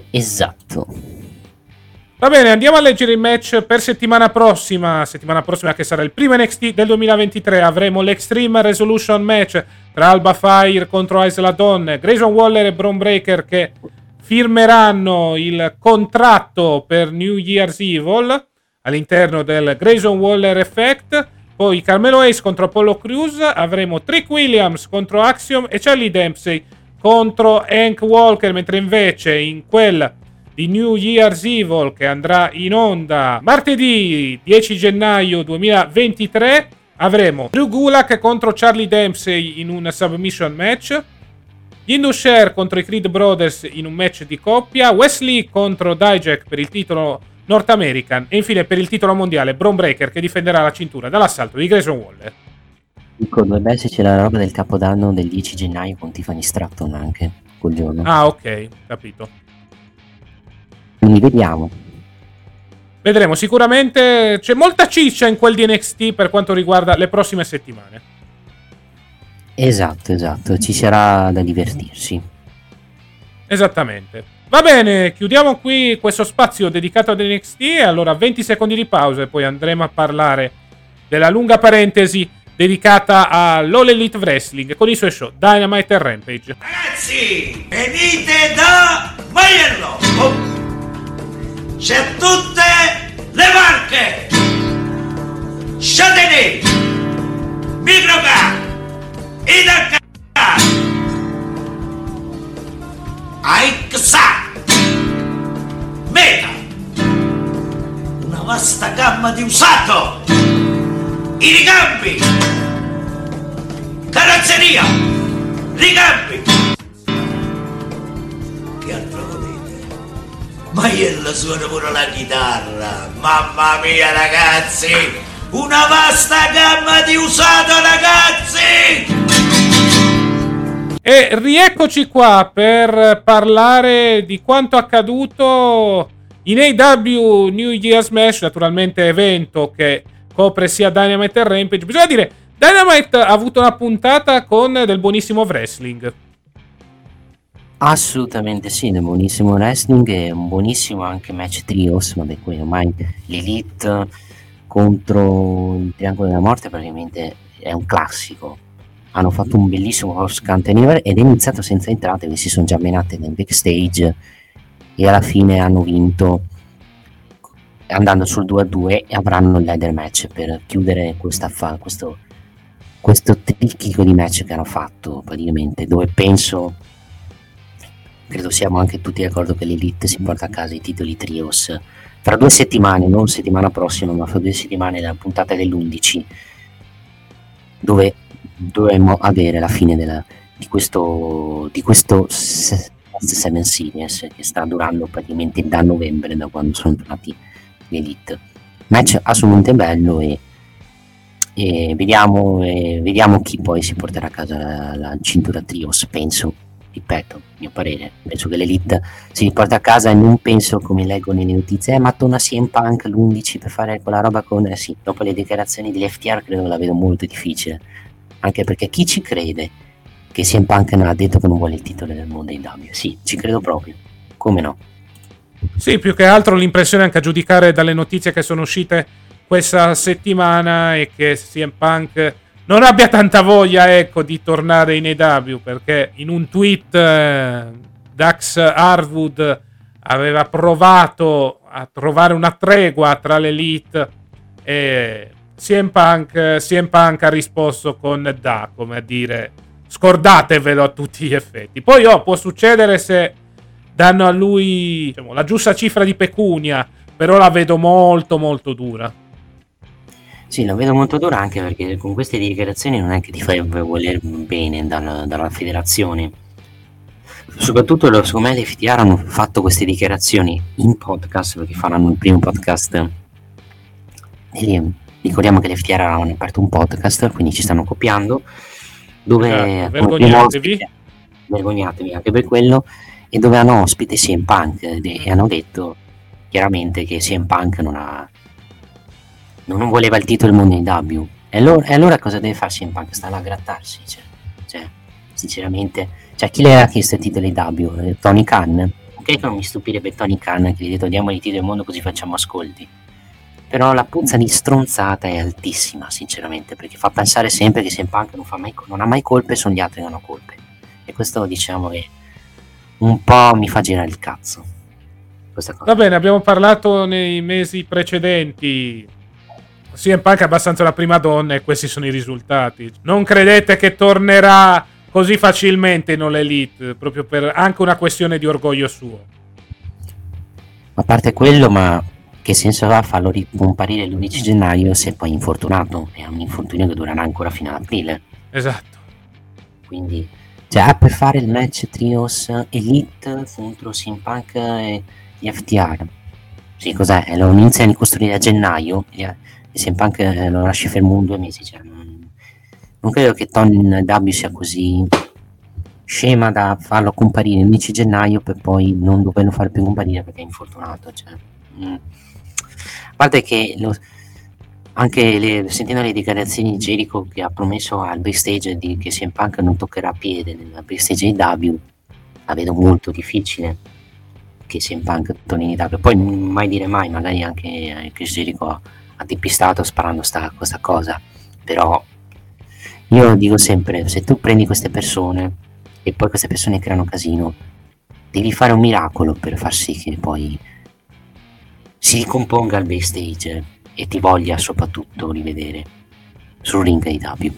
Va bene, andiamo a leggere il match per settimana prossima che sarà il primo NXT del 2023. Avremo l'Extreme Resolution match tra Alba Fire contro Isla Dawn, Grayson Waller e Bron Breakker che firmeranno il contratto per New Year's Evil all'interno del Grayson Waller Effect. Poi Carmelo Hayes contro Apollo Crews, avremo Trick Williams contro Axiom e Charlie Dempsey contro Hank Walker, mentre invece in quel di New Year's Evil, che andrà in onda martedì 10 gennaio 2023, avremo Drew Gulak contro Charlie Dempsey in un submission match, Indus Sher contro i Creed Brothers in un match di coppia, Wesley contro Dijak per il titolo North American e infine per il titolo mondiale Bron Breakker che difenderà la cintura dall'assalto di Grayson Waller. Dovrebbe esserci la roba del capodanno del 10 gennaio con Tiffany Stratton anche quel giorno. Ah, ok, capito. Quindi vediamo. Vedremo, sicuramente c'è molta ciccia in quel di NXT per quanto riguarda le prossime settimane. Esatto, ci sarà da divertirsi. Esattamente. Va bene, chiudiamo qui questo spazio dedicato ad NXT. Allora 20 secondi di pausa e poi andremo a parlare della lunga parentesi dedicata all'All Elite Wrestling con i suoi show Dynamite e Rampage. Ragazzi, venite da Maiello! C'è tutte le marche! Châtenay, Microcar, Idacar, Aixa, Meta, una vasta gamma di usato, i ricambi, carrozzeria, ricambi. Che altro volete? Maiello suona pure la chitarra, mamma mia ragazzi, una vasta gamma di usato ragazzi! E rieccoci qua per parlare di quanto accaduto in AEW New Year's Smash, naturalmente evento che copre sia Dynamite e Rampage. Bisogna dire, Dynamite ha avuto una puntata con del buonissimo wrestling. Assolutamente sì, un buonissimo wrestling e un buonissimo anche match trios, vabbè, qui ormai l'Elite contro il Triangolo della Morte praticamente è un classico. Hanno fatto un bellissimo cross country ed è iniziato senza entrate, che si sono già menate nel backstage e alla fine hanno vinto andando sul 2-2 e avranno il ladder match per chiudere questo tricchico di match che hanno fatto praticamente, dove credo siamo anche tutti d'accordo che l'Elite si porta a casa i titoli trios fra 2 settimane, non settimana prossima ma fra 2 settimane, la puntata dell'11, dove dovremmo avere la fine Seven Series che sta durando praticamente da novembre, da quando sono tornati gli Elite. Match assolutamente bello e vediamo chi poi si porterà a casa la cintura trios. Ripeto, mio parere, penso che l'Elite si riporta a casa e non penso, come leggo nelle notizie, ma torna CM Punk l'11 per fare quella roba con sì, dopo le dichiarazioni degli FTR credo la vedo molto difficile, anche perché chi ci crede che CM Punk non ha detto che non vuole il titolo del mondo in W? Sì, ci credo proprio, come no? Sì, più che altro l'impressione, anche a giudicare dalle notizie che sono uscite questa settimana, è che CM Punk non abbia tanta voglia, ecco, di tornare in AEW, perché in un tweet Dax Harwood aveva provato a trovare una tregua tra l'Elite e CM Punk ha risposto con da, come a dire, scordatevelo a tutti gli effetti. Poi può succedere se danno a lui, diciamo, la giusta cifra di pecunia, però la vedo molto molto dura. Sì, la vedo molto dura, anche perché con queste dichiarazioni non è che ti fai voler bene dalla federazione. Soprattutto secondo me le FTR hanno fatto queste dichiarazioni in podcast, perché faranno il primo podcast e lì ricordiamo che le FTR hanno aperto un podcast, quindi ci stanno copiando, dove vergognatevi anche per quello, e dove hanno ospite CM Punk e hanno detto chiaramente che CM Punk non voleva il titolo del mondo in W. E allora cosa deve fare CM Punk? Sta là a grattarsi, cioè sinceramente, chi le ha chiesto il titolo di W? Tony Khan? Ok che non mi stupirebbe Tony Khan che gli ha detto diamo il titolo del mondo così facciamo ascolti, però la puzza di stronzata è altissima, sinceramente, perché fa pensare sempre che CM Punk non ha mai colpe, sono gli altri che hanno colpe, e questo diciamo che un po' mi fa girare il cazzo questa cosa. Va bene, abbiamo parlato nei mesi precedenti, CM Punk è abbastanza la prima donna e questi sono i risultati. Non credete che tornerà così facilmente in All Elite, proprio per anche una questione di orgoglio suo? A parte quello, ma che senso va a farlo ricomparire l'11 gennaio se poi è infortunato? È un infortunio che durerà ancora fino ad aprile. Esatto. Quindi per fare il match trios Elite contro CM Punk e gli FTR, sì, cos'è? Lo iniziano a costruire a gennaio e CM Punk lo lascia fermo 2 mesi, non credo che Tony W sia così scema da farlo comparire l'11 gennaio per poi non doverlo fare più comparire perché è infortunato, a parte che sentendo le dichiarazioni di Jericho che ha promesso al backstage che CM Punk non toccherà piede nel backstage di W, la vedo molto difficile che CM Punk torni in W. Poi mai dire mai, magari anche Chris Jericho ha depistato sparando questa cosa, però io dico sempre, se tu prendi queste persone e poi queste persone creano casino, devi fare un miracolo per far sì che poi si ricomponga il backstage e ti voglia soprattutto rivedere sul ring di W.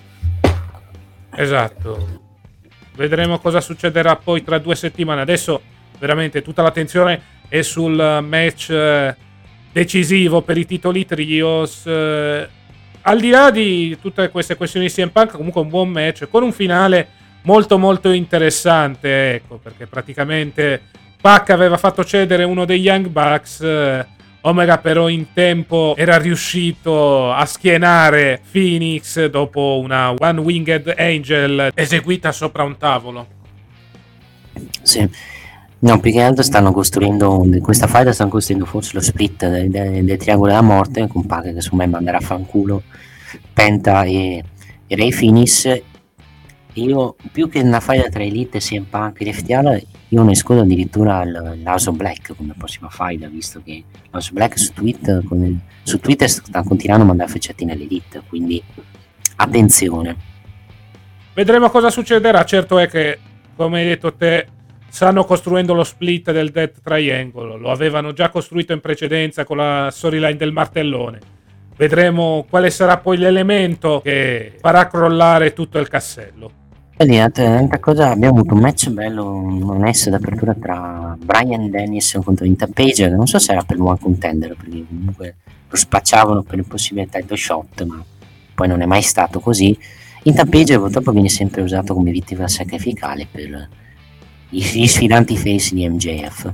Esatto, vedremo cosa succederà poi tra 2 settimane. Adesso veramente tutta l'attenzione è sul match decisivo per i titoli trios. Al di là di tutte queste questioni di CM Punk, comunque un buon match con un finale molto molto interessante, ecco, perché praticamente Pac aveva fatto cedere uno dei Young Bucks, Omega però in tempo era riuscito a schienare Phoenix dopo una One Winged Angel eseguita sopra un tavolo. Sì, no, più che altro stanno costruendo questa fight, stanno costruendo forse lo split del triangolo della morte con Pac che secondo me manderà a fanculo Penta e Ray Phoenix. Io più che una fight tra Elite e CM Punk e FTR, io ne escludo addirittura l'House of Black come prossima fight, visto che l'House of Black su Twitter sta continuando a mandare frecciatine all'Elite, quindi attenzione. Vedremo cosa succederà. Certo è che, come hai detto te, stanno costruendo lo split del Death Triangle, lo avevano già costruito in precedenza con la storyline del martellone. Vedremo quale sarà poi l'elemento che farà crollare tutto il cassello. Altra cosa, abbiamo avuto un match bello, un S d'apertura tra Bryan Danielson contro Ethan Page, non so se era per il One Contender, perché comunque lo spacciavano per il possibile title shot, ma poi non è mai stato così, In Tampage purtroppo viene sempre usato come vittima sacrificale per gli sfidanti face di MJF.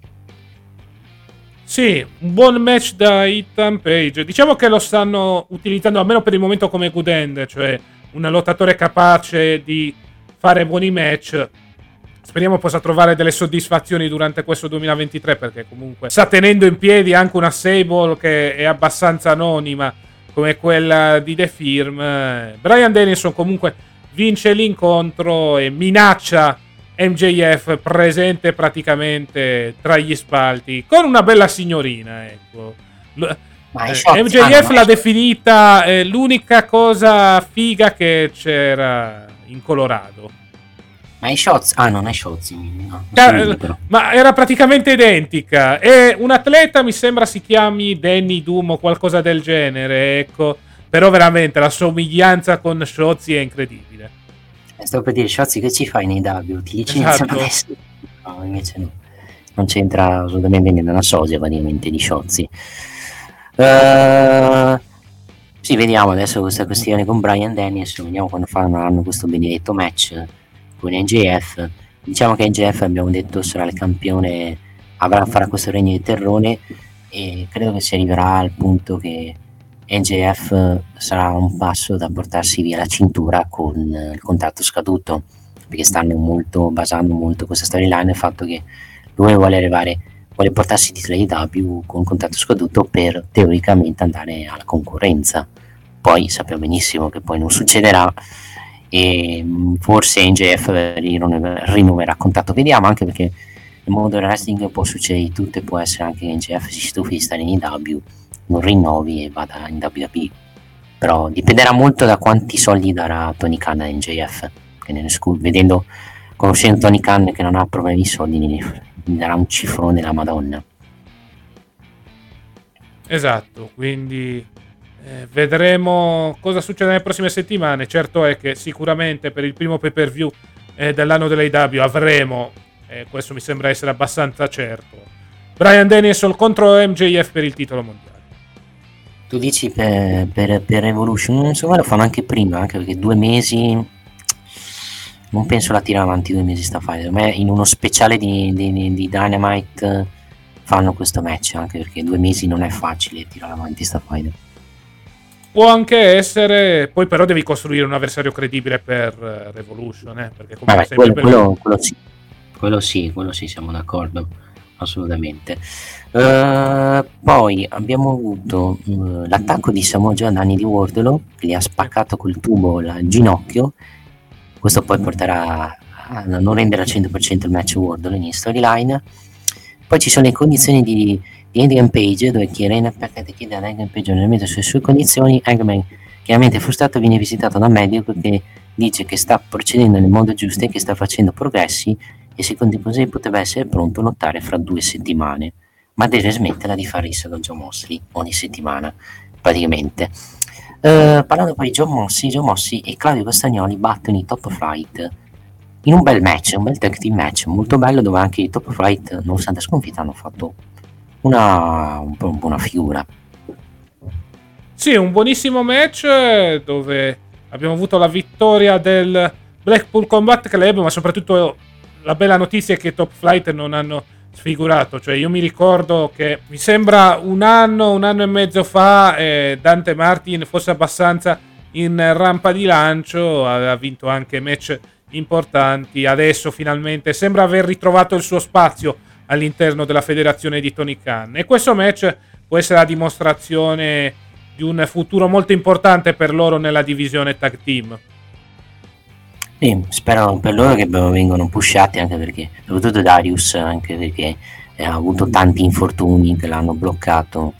Sì, un buon match da Ethan Page. Diciamo che lo stanno utilizzando almeno per il momento come good end, cioè un lottatore capace di fare buoni match. Speriamo possa trovare delle soddisfazioni durante questo 2023, perché comunque sta tenendo in piedi anche una stable che è abbastanza anonima come quella di The Firm. Bryan Danielson comunque vince l'incontro e minaccia MJF, presente praticamente tra gli spalti con una bella signorina, ecco. MJF l'ha definita l'unica cosa figa che c'era in Colorado. Ma i shots? Ah, non è shots, no, ma era praticamente identica. E un atleta, mi sembra si chiami Danny Doom o qualcosa del genere, ecco. Però veramente la somiglianza con Shotzi è incredibile. Stavo per dire, Shotzi, che ci fai nei W? Ti licenziano adesso? No, invece no. Non c'entra assolutamente niente, una sosia praticamente di Shotzi. Sì, vediamo adesso questa questione con Bryan Danielson, vediamo quando faranno questo benedetto match con NJF. Diciamo che NJF, abbiamo detto, sarà il campione, farà questo regno di terrore, e credo che si arriverà al punto che NJF sarà un passo da portarsi via la cintura con il contratto scaduto, perché stanno basando molto questa storyline nel fatto che lui vuole portarsi i titoli AEW con il contratto scaduto per teoricamente andare alla concorrenza. Poi sappiamo benissimo che poi non succederà, e forse NJF rinnoverà contratto, vediamo, anche perché nel mondo del wrestling può succedere di tutto, e può essere anche che NJF si stufi di stare in AEW, non rinnovi e vada in WWE. Però dipenderà molto da quanti soldi darà Tony Khan a NJF, che conoscendo Tony Khan che non ha problemi di soldi, gli darà un cifrone la Madonna. Esatto, quindi vedremo cosa succede nelle prossime settimane. Certo è che sicuramente per il primo pay-per-view dell'anno dell'AEW avremo, questo mi sembra essere abbastanza certo, Bryan Danielson contro MJF per il titolo mondiale. Tu dici per Revolution? Insomma, lo fanno anche prima, anche perché 2 mesi non penso la tirare avanti 2 mesi sta fight. Per me in uno speciale di Dynamite fanno questo match, anche perché 2 mesi non è facile tirare avanti sta fight. Può anche essere, poi però devi costruire un avversario credibile per Revolution, perché come quello sì, siamo d'accordo, assolutamente. Poi abbiamo avuto l'attacco di Samoa Joe a danni di Wardlow, che gli ha spaccato col tubo il ginocchio. Questo poi porterà a non rendere al 100% il match Wardlow in storyline. Poi ci sono le condizioni di Hangman Page, dove Reina Paquette chiede ad Hangman Page ovviamente sulle sue condizioni. Hangman, chiaramente frustrato, viene visitato da un medico che dice che sta procedendo nel modo giusto e che sta facendo progressi, e secondo così potrebbe essere pronto a lottare fra 2 settimane, ma deve smetterla di fare il John Moxley ogni settimana praticamente. Parlando poi di John Moxley e Claudio Castagnoli battono i Top Flight in un bel match, un bel tag team match molto bello, dove anche i Top Flight, nonostante sconfitta, hanno fatto una buona figura. Sì, un buonissimo match dove abbiamo avuto la vittoria del Blackpool Combat Club, ma soprattutto la bella notizia è che Top Flight non hanno sfigurato. Cioè, io mi ricordo che mi sembra un anno e mezzo fa Dante Martin fosse abbastanza in rampa di lancio, aveva vinto anche match importanti. Adesso finalmente sembra aver ritrovato il suo spazio all'interno della federazione di Tony Khan, e questo match può essere la dimostrazione di un futuro molto importante per loro nella divisione tag team. Sì, spero per loro che vengono pushati, anche perché, soprattutto Darius, anche perché ha avuto tanti infortuni che l'hanno bloccato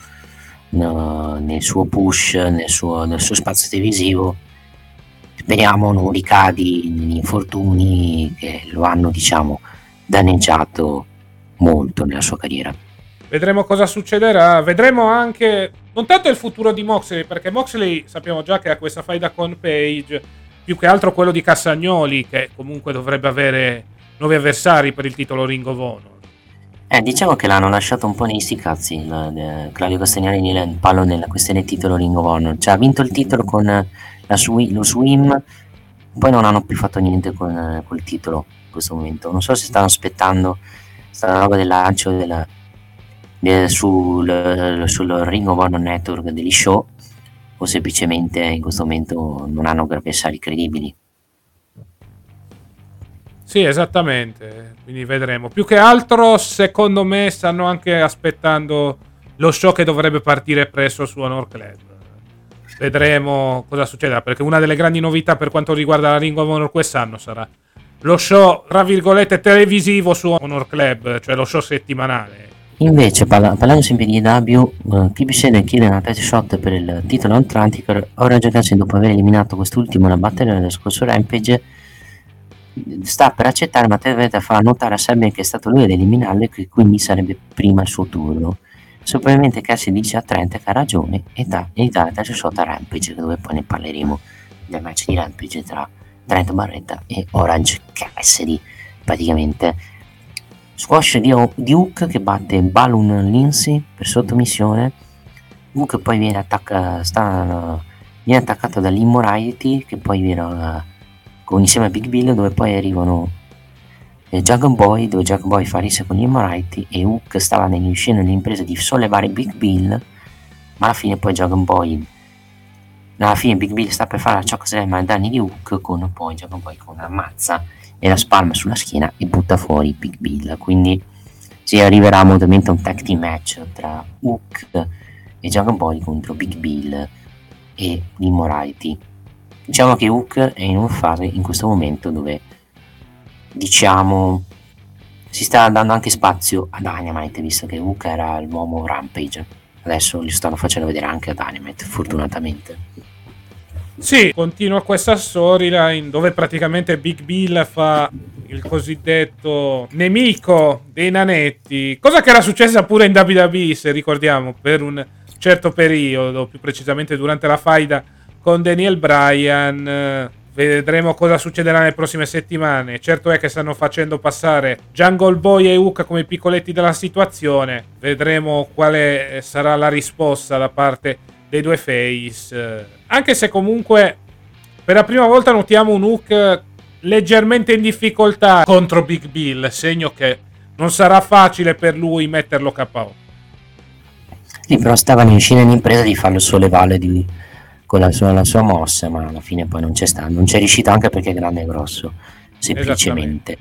nel suo push, nel suo spazio televisivo. Speriamo non ricadi negli infortuni che lo hanno, diciamo, danneggiato molto nella sua carriera. Vedremo cosa succederà. Vedremo anche non tanto il futuro di Moxley, perché Moxley sappiamo già che ha questa faida con Page, più che altro quello di Castagnoli, che comunque dovrebbe avere nuovi avversari per il titolo Ring of Honor. Diciamo che l'hanno lasciato un po' nei sti cazzi Claudio Castagnoli nel palo nella questione titolo Ring of Honor. Cioè, ha vinto il titolo con la lo Swim, poi non hanno più fatto niente con col titolo in questo momento. Non so se stanno aspettando sta roba del lancio sul Ring of Honor Network degli show, o semplicemente in questo momento non hanno avversari credibili. Sì, esattamente, quindi vedremo. Più che altro, secondo me, stanno anche aspettando lo show che dovrebbe partire presto su Honor Club. Vedremo cosa succederà, perché una delle grandi novità per quanto riguarda la Ring of Honor quest'anno sarà lo show, tra virgolette, televisivo su Honor Club, cioè lo show settimanale. Invece, parlando sempre di EW, PBC e Killer Title Shot per il titolo Atlantic, ora giocarsi dopo aver eliminato quest'ultimo la battaglia dello scorso Rampage, sta per accettare, ma Tevete fa notare a Sabine che è stato lui ad eliminarlo e che quindi sarebbe prima il suo turno. Probabilmente Cassie dice a Trent che ha ragione e dà Title Shot a Rampage, dove poi ne parleremo del match di Rampage tra Trent Barretta e Orange Cassidy. Praticamente squash di Hook che batte Balloon Lindsay per sottomissione. Hook poi viene attaccato dall'Immorality, che poi viene insieme a Big Bill, dove poi arrivano Jungle Boy, dove Jungle Boy fa rissa con Immorality e Hook stava riuscendo nell'impresa di sollevare Big Bill, ma alla fine poi Big Bill sta per fare la Choc Slam ai danni di Hook, con poi Jungle Boy con una mazza e la spalma sulla schiena e butta fuori Big Bill. Quindi si arriverà ovviamente a un tag team match tra Hook e Jungle Boy contro Big Bill e Immorality. Diciamo che Hook è in una fase in questo momento dove, diciamo, si sta dando anche spazio a Dynamite, visto che Hook era l'uomo Rampage. Adesso li stanno facendo vedere anche a Dynamite, fortunatamente. Sì, continua questa storyline dove praticamente Big Bill fa il cosiddetto nemico dei nanetti, cosa che era successa pure in WWE, se ricordiamo, per un certo periodo, più precisamente durante la faida con Daniel Bryan. Vedremo cosa succederà nelle prossime settimane. Certo è che stanno facendo passare Jungle Boy e Hook come i piccoletti della situazione. Vedremo quale sarà la risposta da parte dei due face. Anche se comunque per la prima volta notiamo un Hook leggermente in difficoltà contro Big Bill, segno che non sarà facile per lui metterlo KO. Sì, però stava riuscendo nell'impresa di farlo sollevare con la sua mossa, ma alla fine poi non c'è riuscito, anche perché è grande e grosso, semplicemente.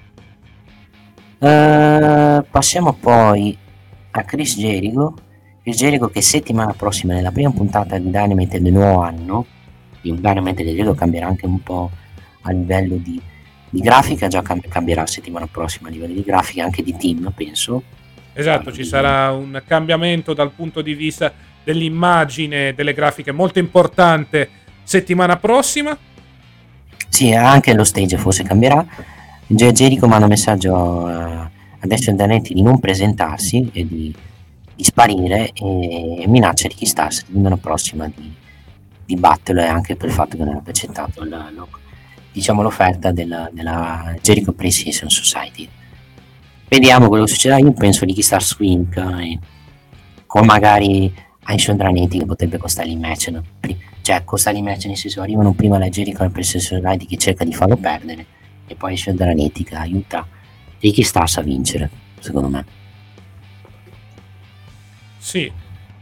Passiamo poi a Chris Jericho che settimana prossima, nella prima puntata di Dynamite del nuovo anno, di un Dynamite del Jericho, cambierà anche un po' a livello di grafica, già cambierà settimana prossima a livello di grafica, anche di team, penso. Esatto, ci sarà un cambiamento dal punto di vista dell'immagine, delle grafiche, molto importante settimana prossima. Sì, anche lo stage forse cambierà. Jericho manda un messaggio adesso ai dannetti di non presentarsi e di sparire, e minaccia Ricky Starks settimana prossima di batterlo, e anche per il fatto che non abbia accettato l'offerta della Jericho Appreciation Society. Vediamo quello che succederà. Io penso Ricky Starks vinca, con magari Ancient Dranetti che potrebbe costare il match, no? Cioè costare il match nel senso, arrivano prima la Jericho Appreciation Society che cerca di farlo perdere, e poi Ancient Dranetti che aiuta Ricky Starks a vincere, secondo me. Sì,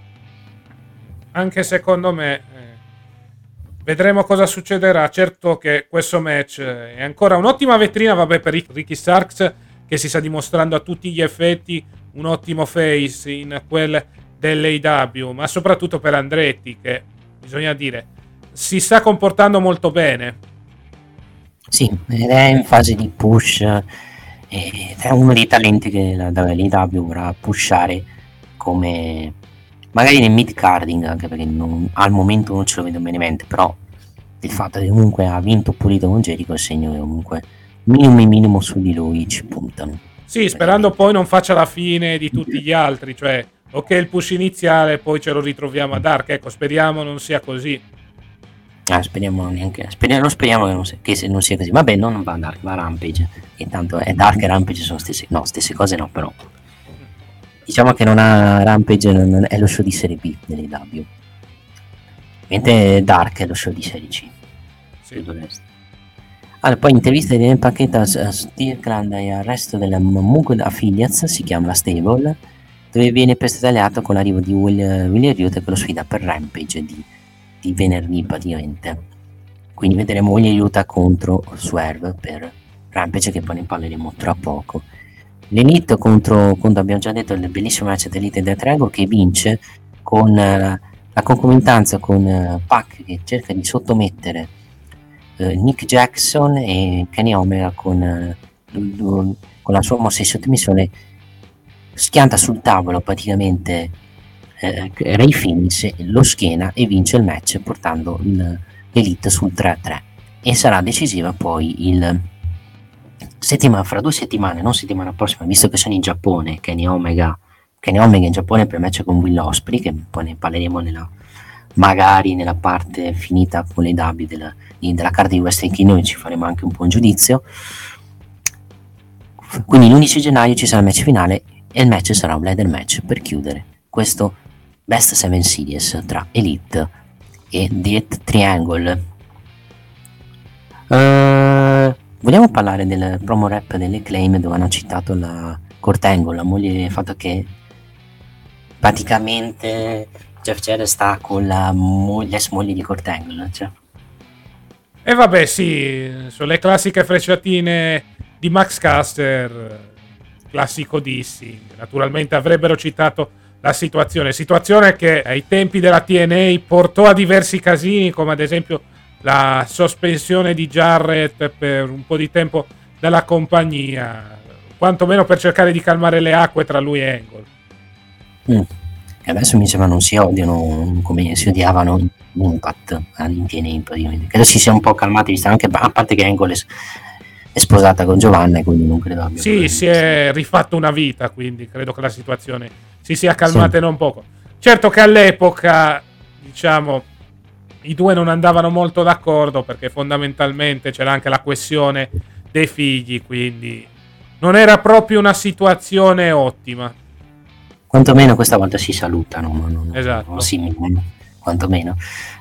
anche secondo me vedremo cosa succederà. Certo che questo match è ancora un'ottima vetrina, vabbè, per Ricky Starks, che si sta dimostrando a tutti gli effetti un ottimo face in quel dell'AEW, ma soprattutto per Andretti, che bisogna dire si sta comportando molto bene. Sì, ed è in fase di push, ed è uno dei talenti che l'AEW vorrà pushare, come magari nel mid-carding, anche perché al momento non ce lo vedo benamente, però il fatto che comunque ha vinto pulito con Jericho è il segno che comunque minimo su di lui ci puntano. Sì, sperando poi non faccia la fine di tutti gli altri, cioè ok il push iniziale, poi ce lo ritroviamo a Dark, ecco, speriamo non sia così. Speriamo che non sia così. Vabbè, non va a Dark, va a Rampage, che tanto è Dark e Rampage sono stesse cose, no, però diciamo che non ha Rampage, non è lo show di serie B dell'AEW, mentre Dark è lo show di serie C. Sì. Tutto il resto. Allora, poi intervista di Paquette a Strickland e al resto della Moog Affiliates, si chiama la stable, dove viene presto tagliato con l'arrivo di William Reed, che lo sfida per Rampage di venerdì praticamente. Quindi vedremo William Reed contro Swerve per Rampage, che poi ne parleremo tra poco. L'Elite contro abbiamo già detto, il bellissimo match dell'Elite del Triangle, che vince con la concomitanza con Pac che cerca di sottomettere Nick Jackson e Kenny Omega con la sua mossa di sottomissione, schianta sul tavolo praticamente Ray Phoenix, lo schiena e vince il match portando l'Elite sul 3-3, e sarà decisiva poi fra 2 settimane, non settimana prossima, visto che sono in Giappone. Kenny Omega in Giappone per match con Will Ospreay, che poi ne parleremo magari nella parte finita con le W della carta di Western Kingdom, ci faremo anche un po' un giudizio. Quindi l'11 gennaio ci sarà il match finale, e il match sarà un ladder match per chiudere questo Best 7 Series tra Elite e Death Triangle. Vogliamo parlare del promo rap delle Claim, dove hanno citato la Kurt Angle, la moglie, il fatto che praticamente Jeff Jarrett sta con l'ex moglie di Kurt Angle, cioè. E vabbè, sì, sono le classiche frecciatine di Max Caster, classico dissing. Naturalmente avrebbero citato la situazione che ai tempi della TNA portò a diversi casini, come ad esempio la sospensione di Jarrett per un po' di tempo dalla compagnia, quantomeno per cercare di calmare le acque tra lui e Angle. E adesso mi sembra non si odiano come si odiavano in Impact all'intiene, praticamente. Credo si sia un po' calmati, visto anche, a parte che Angle è sposata con Giovanna, e quindi non credo abbia si è rifatto una vita, quindi credo che la situazione si sia calmata non poco. Certo che all'epoca, diciamo, i due non andavano molto d'accordo, perché fondamentalmente c'era anche la questione dei figli, quindi non era proprio una situazione ottima. Quantomeno questa volta si salutano, esatto. Quantomeno.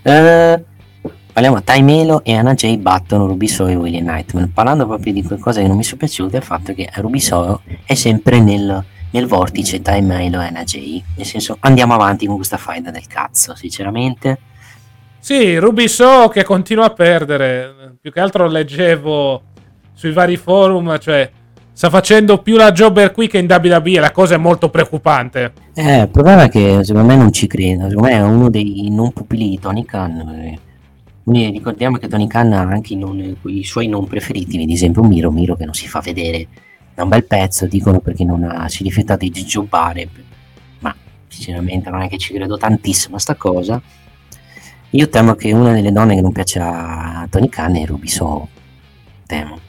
Parliamo Ty Melo e Anna Jay battono Ruby Soho e William Nightman. Parlando proprio di qualcosa che non mi sono piaciuto, è il fatto che Ruby Soho è sempre nel vortice Ty Melo e Anna Jay. Nel senso, andiamo avanti con questa faida del cazzo, sinceramente. Sì, Ruby Soho che continua a perdere. Più che altro leggevo sui vari forum, cioè sta facendo più la jobber qui che in WWE, la cosa è molto preoccupante. Il problema è che secondo me non ci credo, secondo me è uno dei non pupilli di Tony Khan. Quindi ricordiamo che Tony Khan ha anche i suoi non preferiti, ad esempio Miro che non si fa vedere da un bel pezzo, dicono perché si è rifiutato di jobbare, ma sinceramente non è che ci credo tantissimo a sta cosa. Io temo che una delle donne che non piace a Tony Khan è Ruby Soho, temo.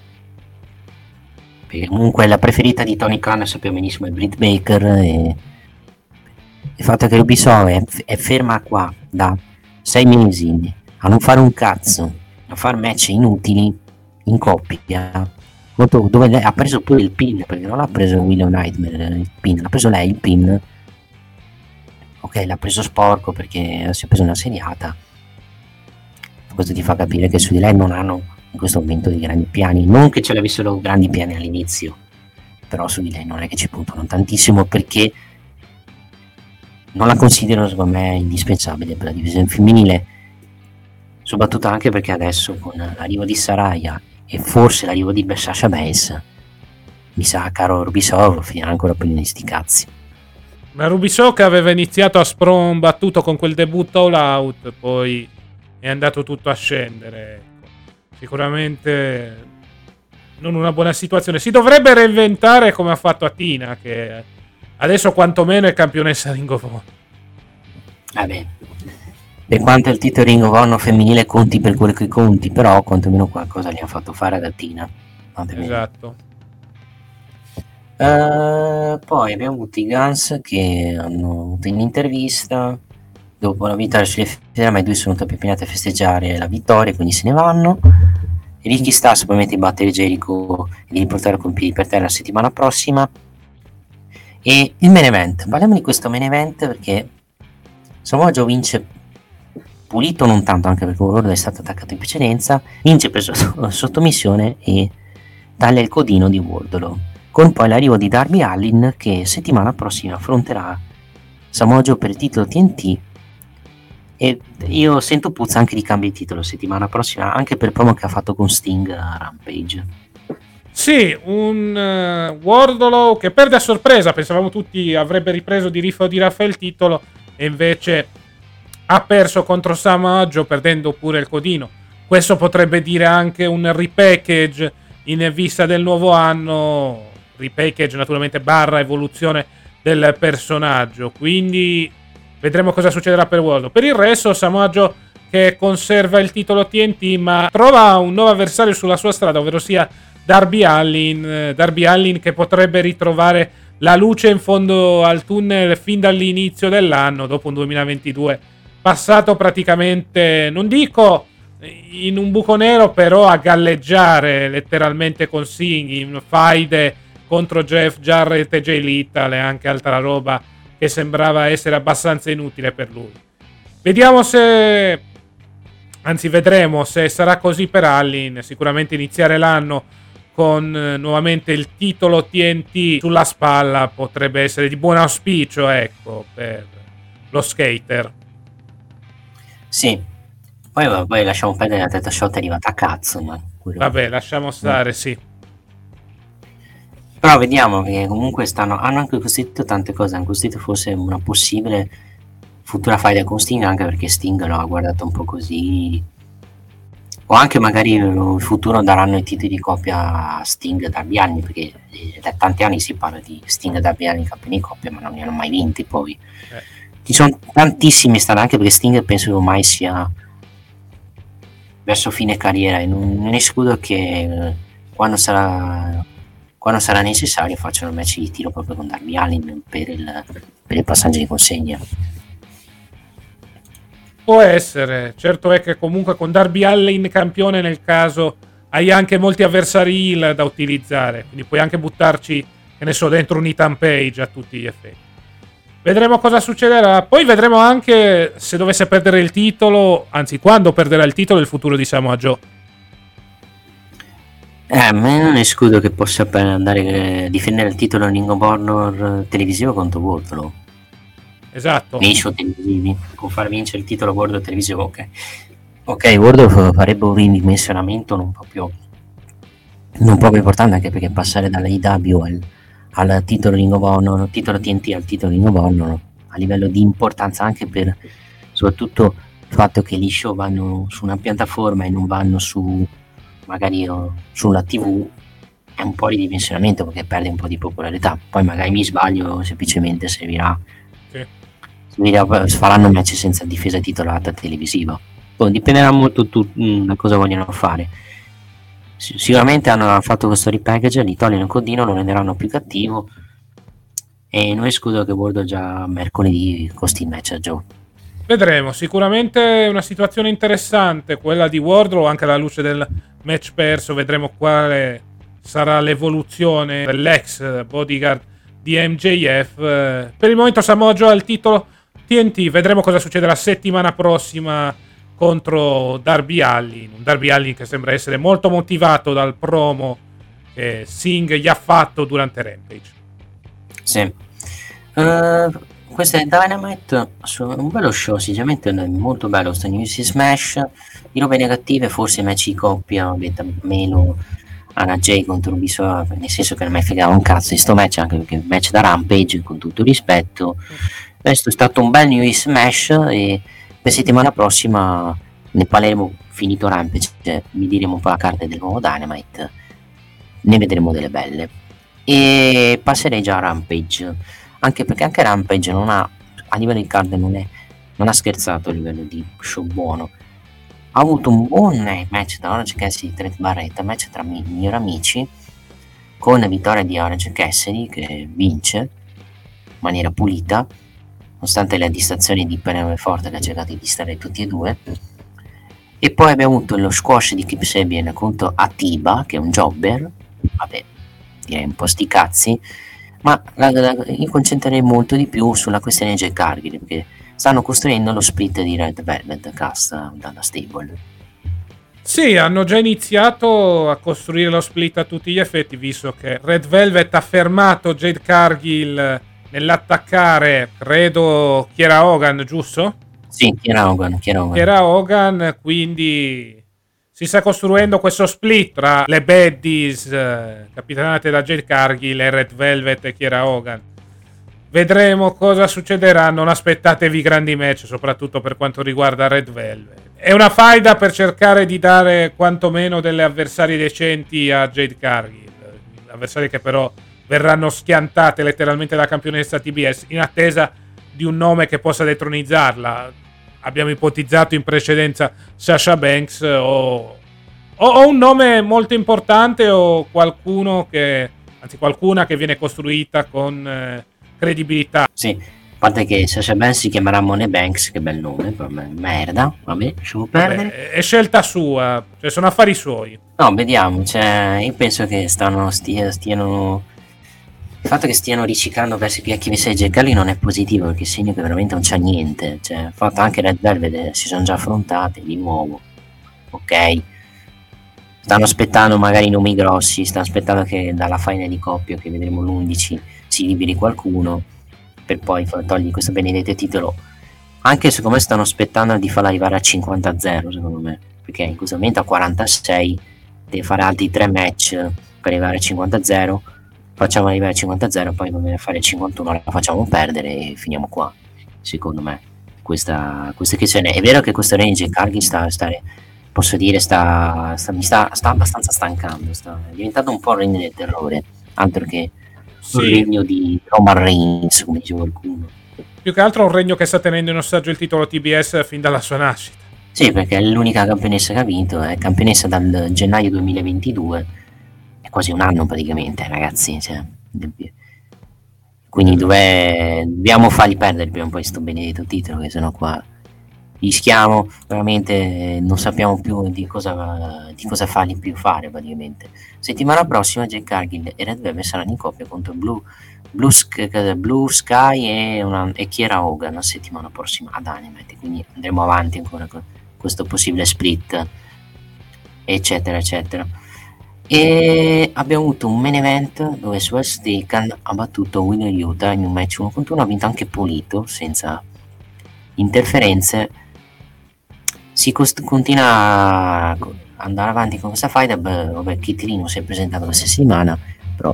Perché comunque la preferita di Tony Khan, sappiamo benissimo, è Britt Baker, e il fatto che Ruby Soho è ferma qua da 6 mesi a non fare un cazzo, a fare match inutili in coppia, dove lei ha preso pure il pin, perché non l'ha preso William Nightmare il pin, l'ha preso lei il pin. Ok, l'ha preso sporco perché si è preso una seriata. Questo ti fa capire che su di lei non hanno in questo momento dei grandi piani, non che ce l'avessero grandi piani all'inizio, però su di lei non è che ci puntano tantissimo, perché non la considero, secondo me, indispensabile per la divisione femminile, soprattutto anche perché adesso con l'arrivo di Saraya e forse l'arrivo di Sasha Banks, mi sa, caro Ruby Soho, finirà ancora più di sti cazzi. Ma Ruby Soho che aveva iniziato a sprombattuto con quel debutto All Out, poi è andato tutto a scendere. Sicuramente non una buona situazione. Si dovrebbe reinventare come ha fatto a Tina, che adesso quantomeno è campionessa Ring of Honor. Vabbè, per quanto il titolo Ring of Honor femminile conti per quello che conti, però quantomeno qualcosa gli ha fatto fare ad Tina. Esatto. Poi abbiamo avuto i Guns che hanno avuto un'intervista dopo la vittoria sulle federe, ma i due sono stati impegnati a festeggiare la vittoria, quindi se ne vanno. Ricky Starks promette di battere Jericho e di riportarlo con piedi per terra la settimana prossima. E il main event, parliamo di questo main event perché Samoa Joe vince pulito non tanto, anche perché Wardlow è stato attaccato in precedenza, vince per sottomissione e taglia il codino di Wardlow, con poi l'arrivo di Darby Allin che settimana prossima affronterà Samoa Joe per il titolo TNT, e io sento puzza anche di cambio di titolo settimana prossima, anche per il promo che ha fatto con Sting a Rampage. Sì, un Wardlow che perde a sorpresa, pensavamo tutti avrebbe ripreso di riffa o di raffa il titolo, e invece ha perso contro Samoa Joe perdendo pure il codino. Questo potrebbe dire anche un repackage in vista del nuovo anno, repackage naturalmente barra evoluzione del personaggio, quindi vedremo cosa succederà per Wardlow. Per il resto Samoa Joe che conserva il titolo TNT ma trova un nuovo avversario sulla sua strada, ovvero sia Darby Allin che potrebbe ritrovare la luce in fondo al tunnel fin dall'inizio dell'anno, dopo un 2022 passato praticamente, non dico in un buco nero, però a galleggiare letteralmente con Singh in faide contro Jeff Jarrett e Jay Lethal e anche altra roba che sembrava essere abbastanza inutile per lui. Vedremo se sarà così per Allin. Sicuramente iniziare l'anno con nuovamente il titolo TNT sulla spalla potrebbe essere di buon auspicio, ecco, per lo skater. Sì, poi lasciamo perdere, la testa shot è arrivata a cazzo, ma vabbè, lasciamo stare, sì. Però vediamo che comunque hanno anche costruito tante cose, hanno costruito forse una possibile futura faida con Sting, anche perché Sting lo ha guardato un po' così, o anche magari in futuro daranno i titoli di coppia a Sting e Darby Allin, perché da tanti anni si parla di Sting e Darby Allin campioni di coppia, ma non ne hanno mai vinti poi. Ci sono tantissime strade, anche perché Sting penso che ormai sia verso fine carriera, e non escludo che quando sarà necessario facciano un match di tiro proprio con Darby Allin per il passaggio di consegna. Può essere, certo è che comunque con Darby Allin campione nel caso hai anche molti avversari heel da utilizzare, quindi puoi anche buttarci, che ne so, dentro un Ethan Page a tutti gli effetti. Vedremo cosa succederà. Poi vedremo anche se dovesse perdere il titolo, anzi quando perderà il titolo, il futuro di Samoa Joe. Ma non escludo che possa andare a difendere il titolo in Ring of Honor televisivo contro Wardlow. Esatto. Nei show televisivi, con far vincere il titolo Wardlow televisivo, ok, Wardlow farebbe un ridimensionamento non proprio importante, anche perché passare dalla IW al titolo Ring of Honor, titolo TNT al titolo Ring of Honor, a livello di importanza, anche per soprattutto il fatto che gli show vanno su una piattaforma e non vanno su magari sulla TV, è un po' ridimensionamento perché perde un po' di popolarità. Poi magari mi sbaglio, semplicemente servirà, faranno match senza difesa titolata televisiva. Poi dipenderà molto da cosa vogliono fare. Sicuramente hanno fatto questo repackage, gli togliono il codino, lo renderanno più cattivo, e non escludo che Wardlow già mercoledì costi il match a Joe. Vedremo, sicuramente una situazione interessante quella di Wardlow, anche alla luce del match perso. Vedremo quale sarà l'evoluzione dell'ex bodyguard di MJF. Per il momento Samoa Joe al titolo TNT, vedremo cosa succederà settimana prossima contro Darby Allin, un Darby Allin che sembra essere molto motivato dal promo che Singh gli ha fatto durante Rampage. Sì. Questo è Dynamite, un bello show, sinceramente molto bello sto New Smash, di robe negative, forse match di coppia, meno Anna Jay contro Ubisoft, nel senso che non mi fregava un cazzo di sto match, anche perché il match da Rampage, con tutto rispetto. Questo è stato un bel New Smash, e per settimana prossima ne parleremo, finito Rampage, vi diremo un po' la carta del nuovo Dynamite, ne vedremo delle belle. E passerei già a Rampage, anche perché anche Rampage non ha, a livello di card non ha scherzato a livello di show buono. Ha avuto un buon match da Orange Cassidy e Trent Barretta, match tra migliori amici, con vittoria di Orange Cassidy che vince in maniera pulita, nonostante le distrazioni di Penelope Forte che ha cercato di distrarre tutti e due. E poi abbiamo avuto lo squash di Kip Sabian contro Atiba, che è un jobber, vabbè, direi un po' sti cazzi, ma mi concentrerei molto di più sulla questione Jack Cargill, perché stanno costruendo lo split di Red Velvet cast dalla stable. Sì, hanno già iniziato a costruire lo split a tutti gli effetti, visto che Red Velvet ha fermato Jade Cargill nell'attaccare, credo, Kiera Hogan, giusto? Sì, Kiera Hogan, quindi si sta costruendo questo split tra le baddies capitanate da Jade Cargill e Red Velvet e Kiera Hogan. Vedremo cosa succederà, non aspettatevi grandi match, soprattutto per quanto riguarda Red Velvet. È una faida per cercare di dare quantomeno delle avversarie decenti a Jade Cargill, avversarie che però verranno schiantate letteralmente da campionessa TBS in attesa di un nome che possa detronizzarla. Abbiamo ipotizzato in precedenza Sasha Banks o un nome molto importante o qualcuno che, anzi qualcuna che viene costruita con credibilità. Sì, a parte che Sasha Banks si chiamerà Money Banks, che bel nome, merda, vabbè, lasciamo perdere. Vabbè, è scelta sua, cioè sono affari suoi. No, vediamo, cioè, io penso che stiano il fatto che stiano riciclando verso i vecchi messaggi Carly non è positivo, perché segno che veramente non c'è niente, cioè, fatto anche Red Velvet si sono già affrontate di nuovo, ok, stanno aspettando magari nomi grossi, stanno aspettando che dalla faina di coppia che vedremo l'11 si liberi qualcuno per poi togliere questo benedetto titolo, anche secondo me stanno aspettando di farla arrivare a 50-0 secondo me, perché in questo momento a 46 deve fare altri 3 match per arrivare a 50-0, facciamo arrivare a 50-0, poi va bene a fare 51, la facciamo perdere e finiamo qua, secondo me questa che ce n'è. È vero che questo range Cargill posso dire mi sta abbastanza stancando, è diventato un po' il regno del terrore, altro che un regno di Roman Reigns, come dice qualcuno. Più che altro un regno che sta tenendo in ostaggio il titolo TBS fin dalla sua nascita. Sì, perché è l'unica campionessa che ha vinto, è campionessa dal gennaio 2022, è quasi un anno praticamente, ragazzi, cioè, quindi dobbiamo fargli perdere prima o poi sto benedetto titolo, che sennò qua rischiamo veramente, non sappiamo più di cosa fargli più fare praticamente. Settimana prossima Jade Cargill e Red Velvet saranno in coppia contro Blue Sky e Kiera Hogan la settimana prossima a Dynamite, quindi andremo avanti ancora con questo possibile split, eccetera eccetera. E abbiamo avuto un main event dove Swerve Strickland ha battuto Wheeler Yuta in un match 1 contro 1, ha vinto anche pulito, senza interferenze. Si continua a andare avanti con questa fight. Kit Lee non si è presentato questa settimana, però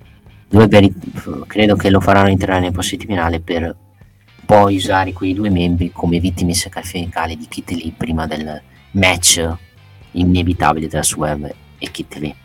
credo che lo faranno entrare nel prossimo finale per poi usare quei due membri come vittime sacrificali di Kit Lee prima del match inevitabile tra Swerve e Kit Lee.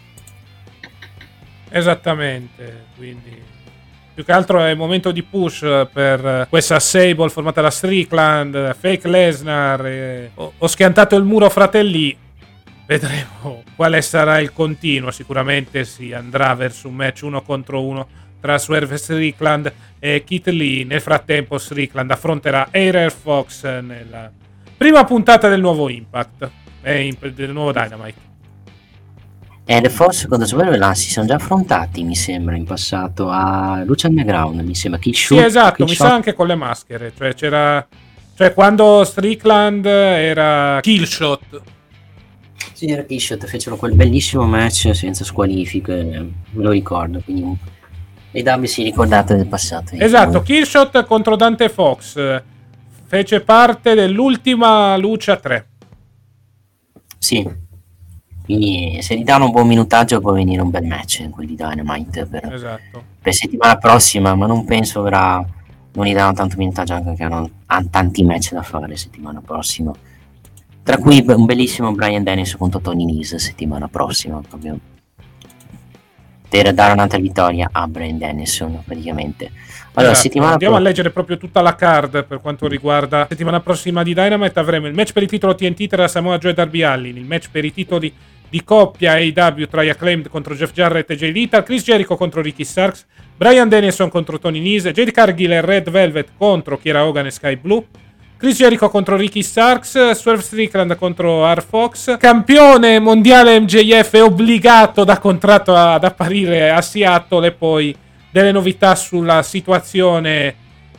Esattamente, quindi più che altro è il momento di push per questa stable formata da Strickland, Fake Lesnar, ho schiantato il muro fratelli. Vedremo quale sarà il continuo. Sicuramente si andrà verso un match 1 contro 1 tra Swerve Strickland e Kit Lee. Nel frattempo Strickland affronterà AR Fox nella prima puntata del nuovo Impact del nuovo Dynamite. E forse contro Swerve si sono già affrontati, mi sembra, in passato a Lucha Underground, mi sembra. Sì, esatto, mi sa anche con le maschere, cioè quando Strickland era Killshot. Sì, era Killshot, fecero quel bellissimo match senza squalifiche, me lo ricordo, quindi le dame si ricordate del passato. Esatto, Killshot contro Dante Fox fece parte dell'ultima Lucha 3. Sì. Quindi se gli danno un buon minutaggio può venire un bel match in quelli di Dynamite per settimana prossima, ma non penso non gli danno tanto minutaggio, anche perché hanno tanti match da fare settimana prossima, tra cui un bellissimo Bryan Danielson contro Tony Nese settimana prossima, proprio per dare un'altra vittoria a Bryan Danielson praticamente. Allora, andiamo a leggere proprio tutta la card per quanto riguarda settimana prossima di Dynamite. Avremo il match per il titolo TNT tra Samoa Joe e Darby Allin, il match per i titoli di coppia AEW tra Acclaimed contro Jeff Jarrett e Jay Lethal, Chris Jericho contro Ricky Starks, Bryan Danielson contro Tony Nese, Jade Cargill e Red Velvet contro Kiera Hogan e Sky Blue, Chris Jericho contro Ricky Starks, Swerve Strickland contro R Fox, campione mondiale MJF è obbligato da contratto ad apparire a Seattle, e poi delle novità sulla situazione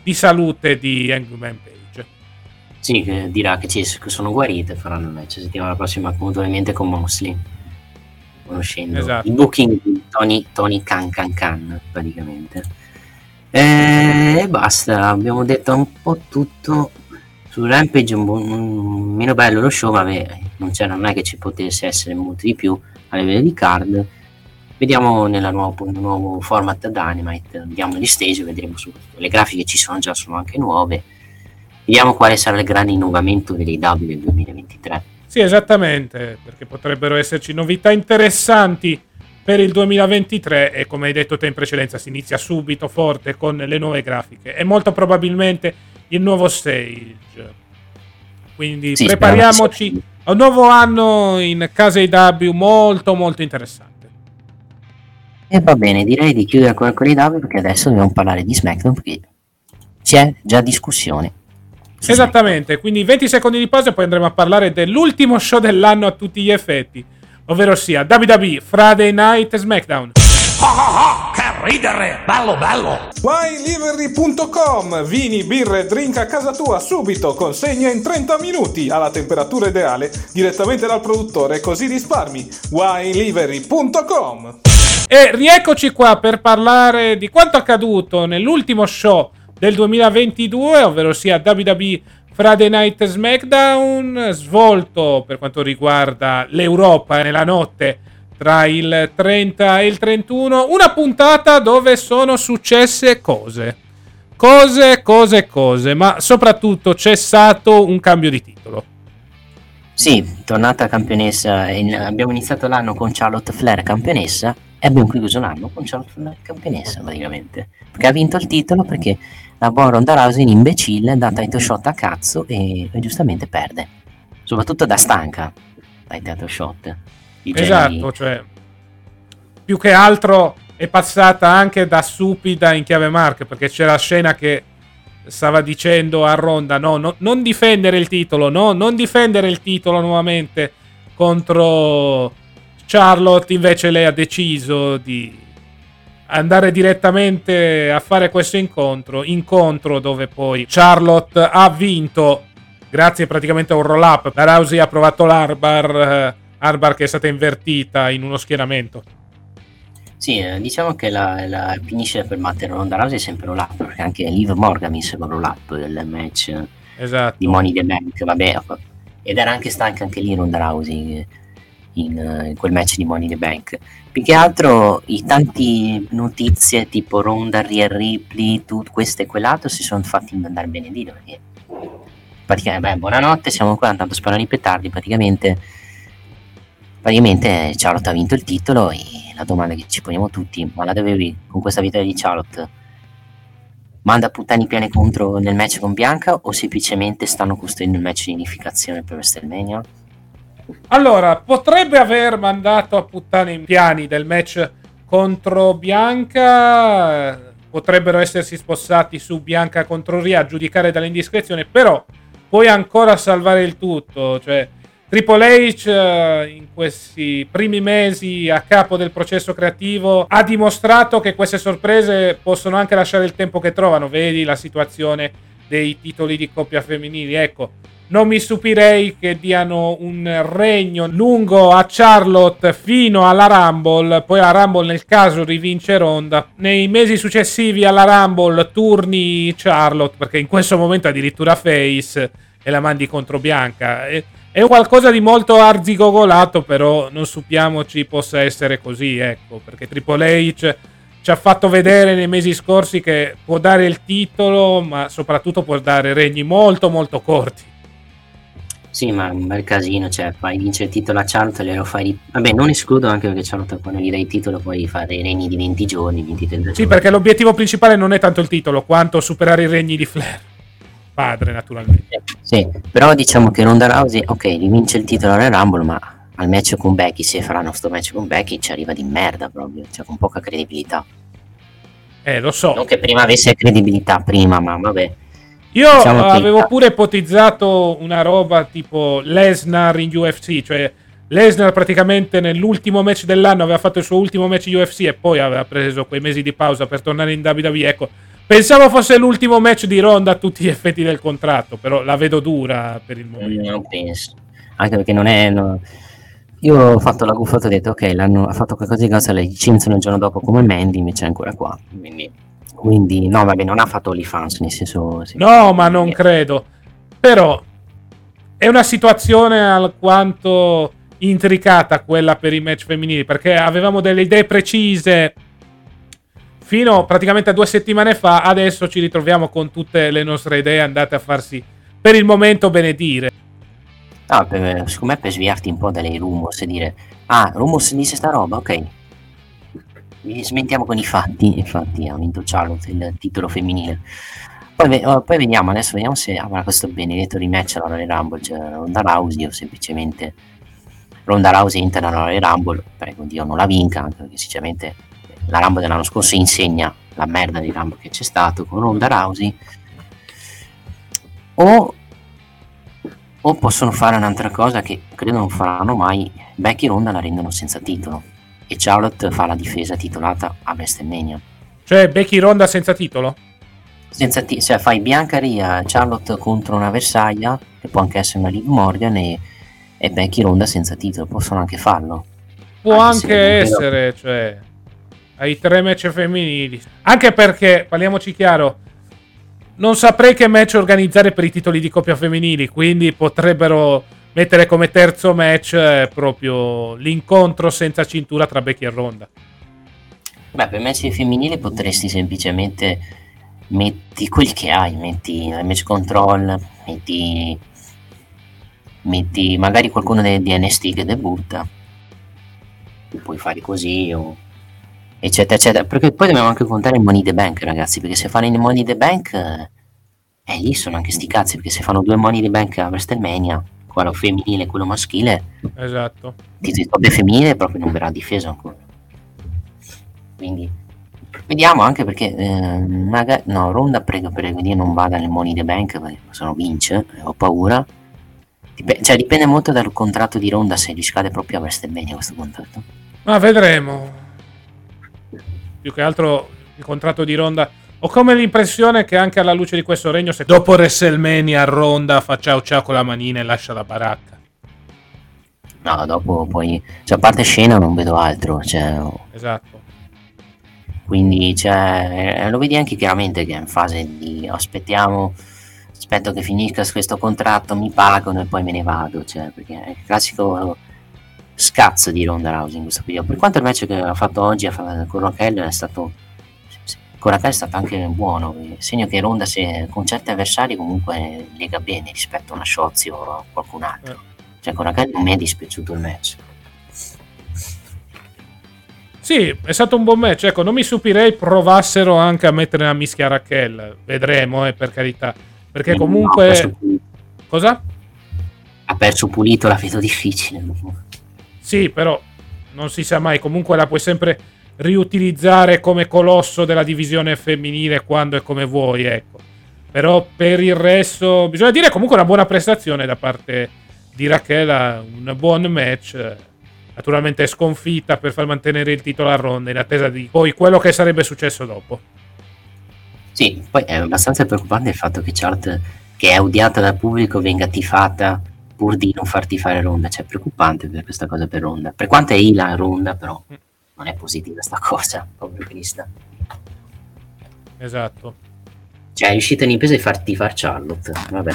di salute di Hangman Page. Sì, che dirà che sono guarite, faranno il match settimana prossima molto ovviamente con Mosley, conoscendo Esatto. il booking di Tony Khan praticamente. E basta, abbiamo detto un po' tutto. Su Rampage meno bello lo show, ma non è che ci potesse essere molto di più a livello di card. Vediamo nel nuovo format Dynamite, vediamo gli stage, vedremo le grafiche ci sono già, sono anche nuove. Vediamo quale sarà il grande innovamento dell'AEW del 2023. Sì, esattamente, perché potrebbero esserci novità interessanti per il 2023 e come hai detto te in precedenza si inizia subito forte con le nuove grafiche e molto probabilmente il nuovo stage. Quindi sì, prepariamoci a un nuovo anno in casa AEW molto molto interessante. E va bene, direi di chiudere con AEW perché adesso dobbiamo parlare di SmackDown perché c'è già discussione. Esattamente, quindi 20 secondi di pausa e poi andremo a parlare dell'ultimo show dell'anno a tutti gli effetti, ovvero sia WWE Friday Night SmackDown. Che ridere, bello! WineLivery.com, vini, birre e drink a casa tua subito, consegna in 30 minuti alla temperatura ideale direttamente dal produttore, così risparmi. WineLivery.com. E rieccoci qua per parlare di quanto accaduto nell'ultimo show del 2022, ovvero sia WWE Friday Night SmackDown, svolto per quanto riguarda l'Europa nella notte tra il 30 e il 31, una puntata dove sono successe cose, ma soprattutto c'è stato un cambio di titolo. Sì, tornata campionessa, abbiamo iniziato l'anno con Charlotte Flair campionessa e abbiamo chiuso l'anno con Charlotte Flair campionessa praticamente, perché ha vinto il titolo perché la buona Ronda Rousey, imbecille, dà title shot a cazzo e giustamente perde, soprattutto da stanca dai title shot. Esatto, cioè più che altro è passata anche da stupida in chiave marca, perché c'era la scena che stava dicendo a Ronda non difendere il titolo, non difendere il titolo nuovamente contro Charlotte, invece lei ha deciso di andare direttamente a fare questo incontro dove poi Charlotte ha vinto grazie praticamente a un roll up. La Rousey ha provato l'Arbar che è stata invertita in uno schieramento. Sì, diciamo che la finisce per battere Ronda Rousey è sempre roll up, perché anche Liv Morgan mi sembra roll up del match di Money in the Bank, vabbè, ed era anche stanca anche lì Ronda Rousey in quel match di Money in the Bank. Più che altro i tanti notizie tipo Ronda, Rhea Ripley, questo e quell'altro si sono fatti andare bene di perché praticamente, buonanotte, siamo qua, tanto sparano i petardi, praticamente Charlotte ha vinto il titolo e la domanda che ci poniamo tutti, ma la WWE con questa vittoria di Charlotte manda puttani piane contro nel match con Bianca o semplicemente stanno costruendo il match di unificazione per WrestleMania? Allora, potrebbe aver mandato a puttane in piani del match contro Bianca, potrebbero essersi spostati su Bianca contro Rhea a giudicare dalle indiscrezioni, però puoi ancora salvare il tutto, cioè Triple H in questi primi mesi a capo del processo creativo ha dimostrato che queste sorprese possono anche lasciare il tempo che trovano, vedi la situazione dei titoli di coppia femminili, ecco. Non mi stupirei che diano un regno lungo a Charlotte fino alla Rumble, poi la Rumble nel caso rivince Ronda. Nei mesi successivi alla Rumble turni Charlotte, perché in questo momento addirittura face e la mandi contro Bianca. È qualcosa di molto arzigogolato, però non stupiamoci possa essere così, ecco, perché Triple H ci ha fatto vedere nei mesi scorsi che può dare il titolo, ma soprattutto può dare regni molto molto corti. Sì, ma un bel casino, cioè fai vincere il titolo a Charlotte e lo fai. Vabbè, non escludo anche perché Charlotte quando gli dai il titolo puoi fare i regni di 20 giorni, 23 giorni. Sì, perché l'obiettivo principale non è tanto il titolo, quanto superare i regni di Flair. Padre, naturalmente. Sì, però diciamo che Ronda Rousey, ok, rivince il titolo alla Rumble, ma al match con Becky, se faranno sto match con Becky, ci arriva di merda proprio, cioè con poca credibilità. Lo so. Non che prima avesse credibilità, ma vabbè. Io avevo pure ipotizzato una roba tipo Lesnar in UFC, cioè Lesnar praticamente nell'ultimo match dell'anno aveva fatto il suo ultimo match UFC e poi aveva preso quei mesi di pausa per tornare in WWE, ecco. Pensavo fosse l'ultimo match di Ronda a tutti gli effetti del contratto, però la vedo dura per il momento. Non penso, anche perché non è... Io ho fatto la guffa, ho detto ok, ha fatto qualcosa di cosa, le licenziano il giorno dopo come Mandy, invece è ancora qua, quindi no, vabbè, non ha fatto OnlyFans, nel senso... No, ma non credo. Però è una situazione alquanto intricata quella per i match femminili, perché avevamo delle idee precise fino praticamente a 2 settimane fa, adesso ci ritroviamo con tutte le nostre idee andate a farsi per il momento benedire. No, secondo me per sviarti un po' dalle rumors e dire rumors dice sta roba, ok, smentiamo con i fatti. Infatti ha vinto Charlotte il titolo femminile. Poi vediamo, adesso vediamo se avrà questo benedetto rematch alla Royal Rumble, cioè Ronda Rousey, o semplicemente Ronda Rousey entra alla Royal Rumble, prego Dio non la vinca, anche perché sinceramente la Rumble dell'anno scorso insegna la merda di Rumble che c'è stato con Ronda Rousey, o possono fare un'altra cosa che credo non faranno mai, Becky Ronda la rendono senza titolo e Charlotte fa la difesa titolata a WrestleMania. Cioè Becky Ronda senza titolo? Cioè fai Bianca Rhea Charlotte contro un'avversaria che può anche essere una Liv Morgan e Becky Ronda senza titolo, possono anche farlo. Può anche essere, cioè ai 3 match femminili, anche perché, parliamoci chiaro, non saprei che match organizzare per i titoli di coppia femminili, quindi potrebbero mettere come terzo match proprio l'incontro senza cintura tra Becky e Ronda. Beh, per match femminili potresti semplicemente metti quel che hai, metti Damage Control, metti magari qualcuno di NXT che debutta, puoi fare così o eccetera eccetera, perché poi dobbiamo anche contare il Money the Bank, ragazzi, perché se fanno il Money the Bank lì sono anche sti cazzi, perché se fanno 2 Money the Bank a WrestleMania, quello femminile e quello maschile, esatto, il coppia femminile proprio non verrà difeso ancora, quindi vediamo, anche perché magari no, Ronda prego non vada nel Money the Bank perché se no vince, ho paura. Dipende molto dal contratto di Ronda, se gli scade proprio a WrestleMania questo contratto, ma vedremo. Più che altro il contratto di Ronda, ho come l'impressione che anche alla luce di questo regno, se dopo WrestleMania Ronda fa ciao ciao con la manina e lascia la baracca. No, dopo poi, cioè, a parte scena non vedo altro, cioè, esatto. Quindi lo vedi anche chiaramente che è in fase di aspetto che finisca questo contratto, mi pagano e poi me ne vado, cioè, perché è il classico scazzo di Ronda Rousey in questo periodo. Per quanto il match che ha fatto oggi con Raquel è stato anche buono, segno che Ronda con certi avversari comunque lega bene rispetto a una Shotzi o a qualcun altro. Cioè con Raquel non mi è dispiaciuto il match. Sì, è stato un buon match, ecco, non mi stupirei provassero anche a mettere una mischia a Raquel, vedremo, per carità, perché comunque... Cosa? Ha perso pulito, la vedo difficile. Sì, però non si sa mai, comunque la puoi sempre riutilizzare come colosso della divisione femminile quando e come vuoi, ecco. Però per il resto bisogna dire comunque una buona prestazione da parte di Raquel, un buon match, naturalmente sconfitta per far mantenere il titolo a Ronda in attesa di poi quello che sarebbe successo dopo. Sì, poi è abbastanza preoccupante il fatto che Charlotte, che è odiata dal pubblico, venga tifata pur di non far tifare Ronda. Cioè, è preoccupante per questa cosa per Ronda, per quanto è Ila Ronda, però non è positiva sta cosa, povero Crista. Esatto, cioè è riuscita un'impresa di far tifare Charlotte, vabbè.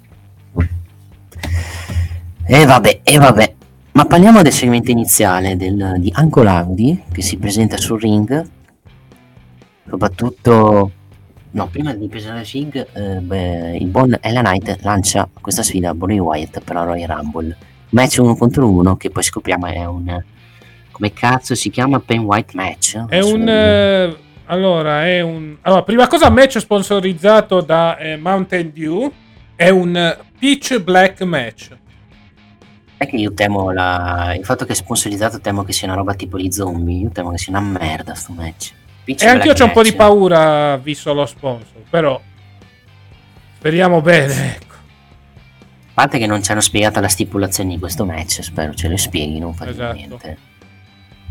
E vabbè, ma parliamo del segmento iniziale di Uncle Howdy, che si presenta sul ring, soprattutto prima di presentare sul ring, il buon Ella Knight lancia questa sfida a Bray Wyatt per la Royal Rumble, match 1 contro 1 che poi scopriamo è un, come cazzo si chiama, Pen White Match, è un allora, prima cosa, match sponsorizzato da Mountain Dew, è un Pitch Black match. È che io temo il fatto che è sponsorizzato, temo che sia una roba tipo gli zombie, io temo che sia una merda sto match. E anche io c'ho un po' di paura visto lo sponsor, però speriamo bene, ecco. A parte che non ci hanno spiegato la stipulazione di questo match, spero ce le spieghino, esatto. niente.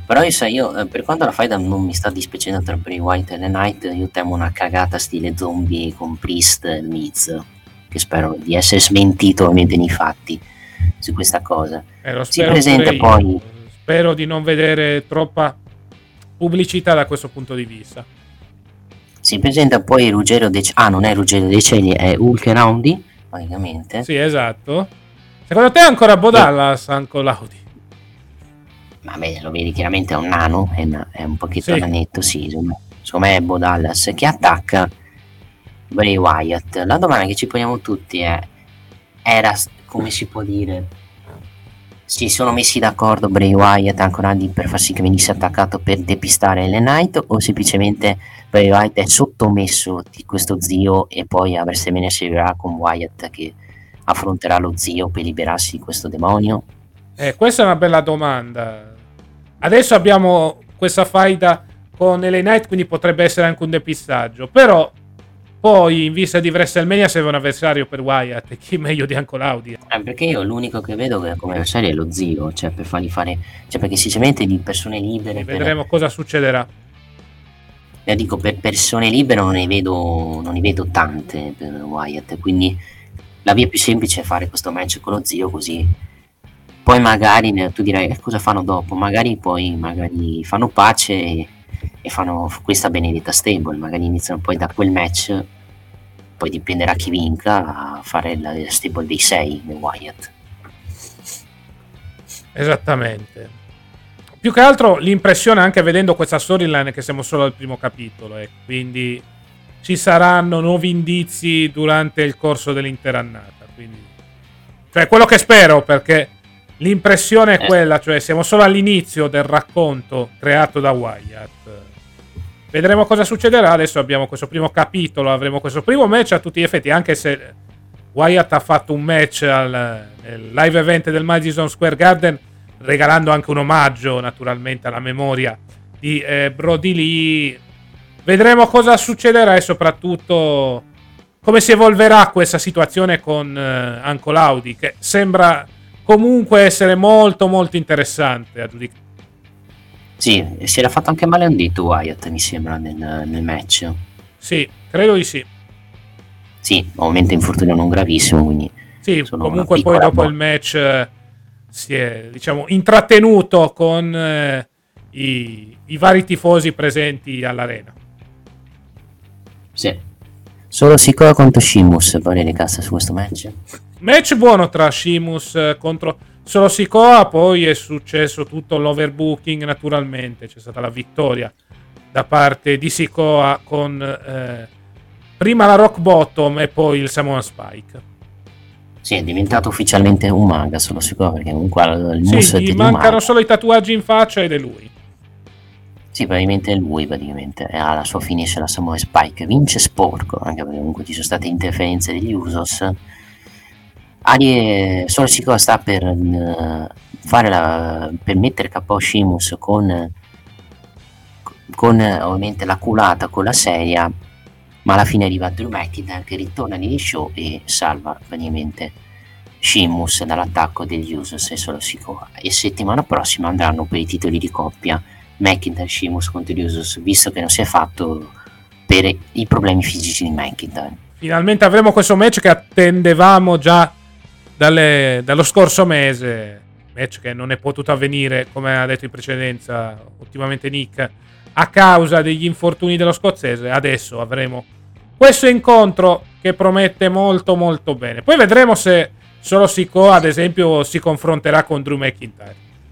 Però io per quanto la faida non mi sta dispiacendo tra Bray Wyatt e LA Knight, io temo una cagata stile zombie con Priest e Miz, che spero di essere smentito ovviamente nei fatti su questa cosa. Lo Si spero presenta pure io. poi, Spero di non vedere troppa pubblicità da questo punto di vista. si presenta poi Ruggero non è Ruggero dei Cieli, è Hulk Roundi, praticamente. Sì, esatto. Secondo te è ancora Bo Dallas, Anco Laudi? Vabbè, lo vedi chiaramente è un nano, è un pochetto Sì. nanetto, sì, secondo me è Bo Dallas che attacca Bray Wyatt. La domanda che ci poniamo tutti era, come si può dire, si sono messi d'accordo Bray Wyatt ancora di per far sì che venisse attaccato per depistare LA Knight, o semplicemente Bray Wyatt è sottomesso di questo zio e poi Aversemene servirà con Wyatt che affronterà lo zio per liberarsi di questo demonio? Questa è una bella domanda. Adesso abbiamo questa faida con LA Knight, quindi potrebbe essere anche un depistaggio. Però poi in vista di WrestleMania serve un avversario per Wyatt, e chi meglio di Anco Laudi? Perché io l'unico che vedo come avversario è lo zio, cioè per fargli fare, cioè perché sinceramente di persone libere Vedremo cosa succederà. dico, per persone libere non ne vedo tante per Wyatt, quindi la via più semplice è fare questo match con lo zio, così poi magari tu direi cosa fanno dopo, magari fanno pace e fanno questa benedetta stable, magari iniziano poi da quel match, poi dipenderà chi vinca a fare la stable dei 6 del Wyatt. Esattamente. Più che altro l'impressione, anche vedendo questa storyline, è che siamo solo al primo capitolo, e quindi ci saranno nuovi indizi durante il corso dell'intera annata, quindi cioè quello che spero, perché l'impressione è quella, cioè siamo solo all'inizio del racconto creato da Wyatt. Vedremo cosa succederà. Adesso abbiamo questo primo capitolo, avremo questo primo match a tutti gli effetti, anche se Wyatt ha fatto un match nel live event del Madison Square Garden, regalando anche un omaggio naturalmente alla memoria di Brody Lee. Vedremo cosa succederà e soprattutto come si evolverà questa situazione con Anco Laudi, che sembra comunque essere molto molto interessante a giudicare. Sì, si era fatto anche male un dito Wyatt, mi sembra, nel match. Sì, credo di sì. Sì, ovviamente infortunio non gravissimo, quindi sì, comunque poi dopo il match si è, diciamo, intrattenuto con i vari tifosi presenti all'arena. Sì. Solo Sikoa contro Sheamus, parere cassa su questo match? Match buono tra Sheamus contro Solo Sikoa, poi è successo tutto l'overbooking naturalmente, c'è stata la vittoria da parte di Sikoa con prima la Rock Bottom e poi il Samoan Spike. Sì, è diventato ufficialmente un maga Solo Sikoa, perché comunque il moveset gli mancano solo i tatuaggi in faccia ed è lui. Sì, praticamente è lui, alla sua finisce la Samoan Spike, vince sporco, anche perché comunque ci sono state interferenze degli Usos. Solo Sikoa sta per mettere KO Sheamus con ovviamente la culata con la seria, ma alla fine arriva Drew McIntyre che ritorna negli show e salva praticamente Sheamus dall'attacco degli Usos e Solo Sikoa. E settimana prossima andranno per i titoli di coppia McIntyre Sheamus contro gli Usos, visto che non si è fatto per i problemi fisici di McIntyre. Finalmente avremo questo match che attendevamo già dallo scorso mese, match che non è potuto avvenire, come ha detto in precedenza ultimamente Nick, a causa degli infortuni dello scozzese. Adesso avremo questo incontro che promette molto molto bene. Poi vedremo se Solo Sikoa, ad esempio, si confronterà con Drew McIntyre.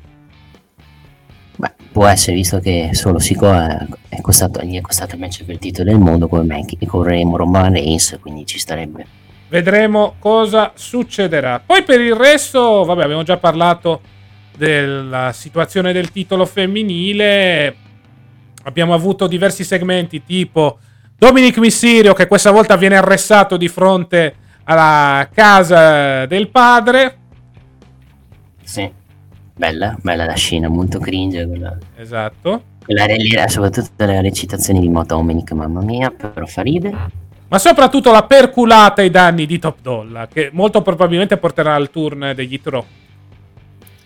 Beh, può essere, visto che Solo Sikoa gli è costato il match per il titolo del mondo come Roman Reigns, quindi ci starebbe. Vedremo cosa succederà. Poi per il resto, vabbè, abbiamo già parlato della situazione del titolo femminile. Abbiamo avuto diversi segmenti, tipo Dominic Mysterio che questa volta viene arrestato di fronte alla casa del padre. Sì, bella la scena, molto cringe quella. Esatto. Soprattutto le recitazioni di Dominic, mamma mia, però fa ridere. Ma soprattutto la perculata ai danni di Top Dollar, che molto probabilmente porterà al turn degli Hit Row.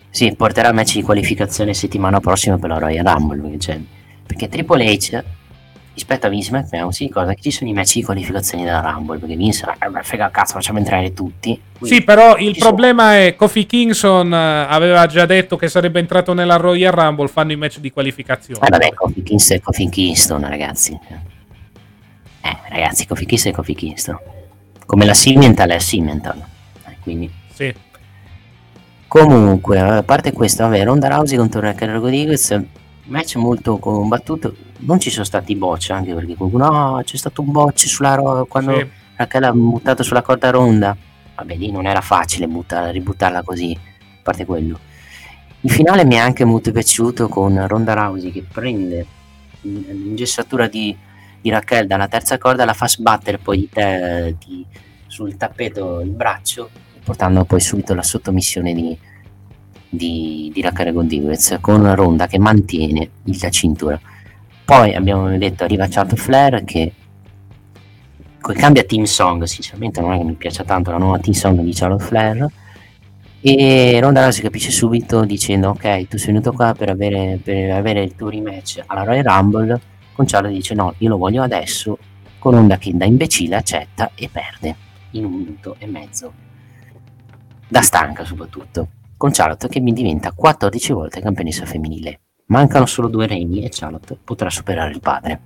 Sì, porterà match di qualificazione settimana prossima per la Royal Rumble, perché Triple H rispetto a Vince McMahon si ricorda che ci sono i match di qualificazione della Rumble, perché Vince frega cazzo, facciamo entrare tutti. Quindi, sì, però il problema è Kofi Kingston aveva già detto che sarebbe entrato nella Royal Rumble, fanno i match di qualificazione. Vabbè, Kofi Kingston, ragazzi. Ragazzi, Kofi Kingston è Kofi Kingston. Come la Cimental è Cimental. Quindi... Sì. Comunque, a parte questo, vabbè, Ronda Rousey contro Raquel Rodriguez, match molto combattuto. Non ci sono stati botch, anche perché qualcuno, c'è stato un botch quando Sì. Raquel ha buttato sulla corda Ronda. Vabbè, lì non era facile ributtarla così, a parte quello. Il finale mi è anche molto piaciuto, con Ronda Rousey che prende l'ingessatura di Raquel dalla terza corda, la fa sbattere poi sul tappeto il braccio, portando poi subito la sottomissione di Raquel Rodriguez, con Ronda che mantiene la cintura. Poi abbiamo detto arriva Charlotte Flair che cambia team song, sinceramente non è che mi piace tanto la nuova team song di Charlotte Flair, e Ronda Rousey capisce subito dicendo ok, tu sei venuto qua per avere il tuo rematch alla Royal Rumble, con Charlotte dice no, io lo voglio adesso, con Ronda che da imbecille accetta e perde in 1 minuto e mezzo, da stanca soprattutto, con Charlotte che mi diventa 14 volte campionessa femminile. Mancano solo 2 regni e Charlotte potrà superare il padre.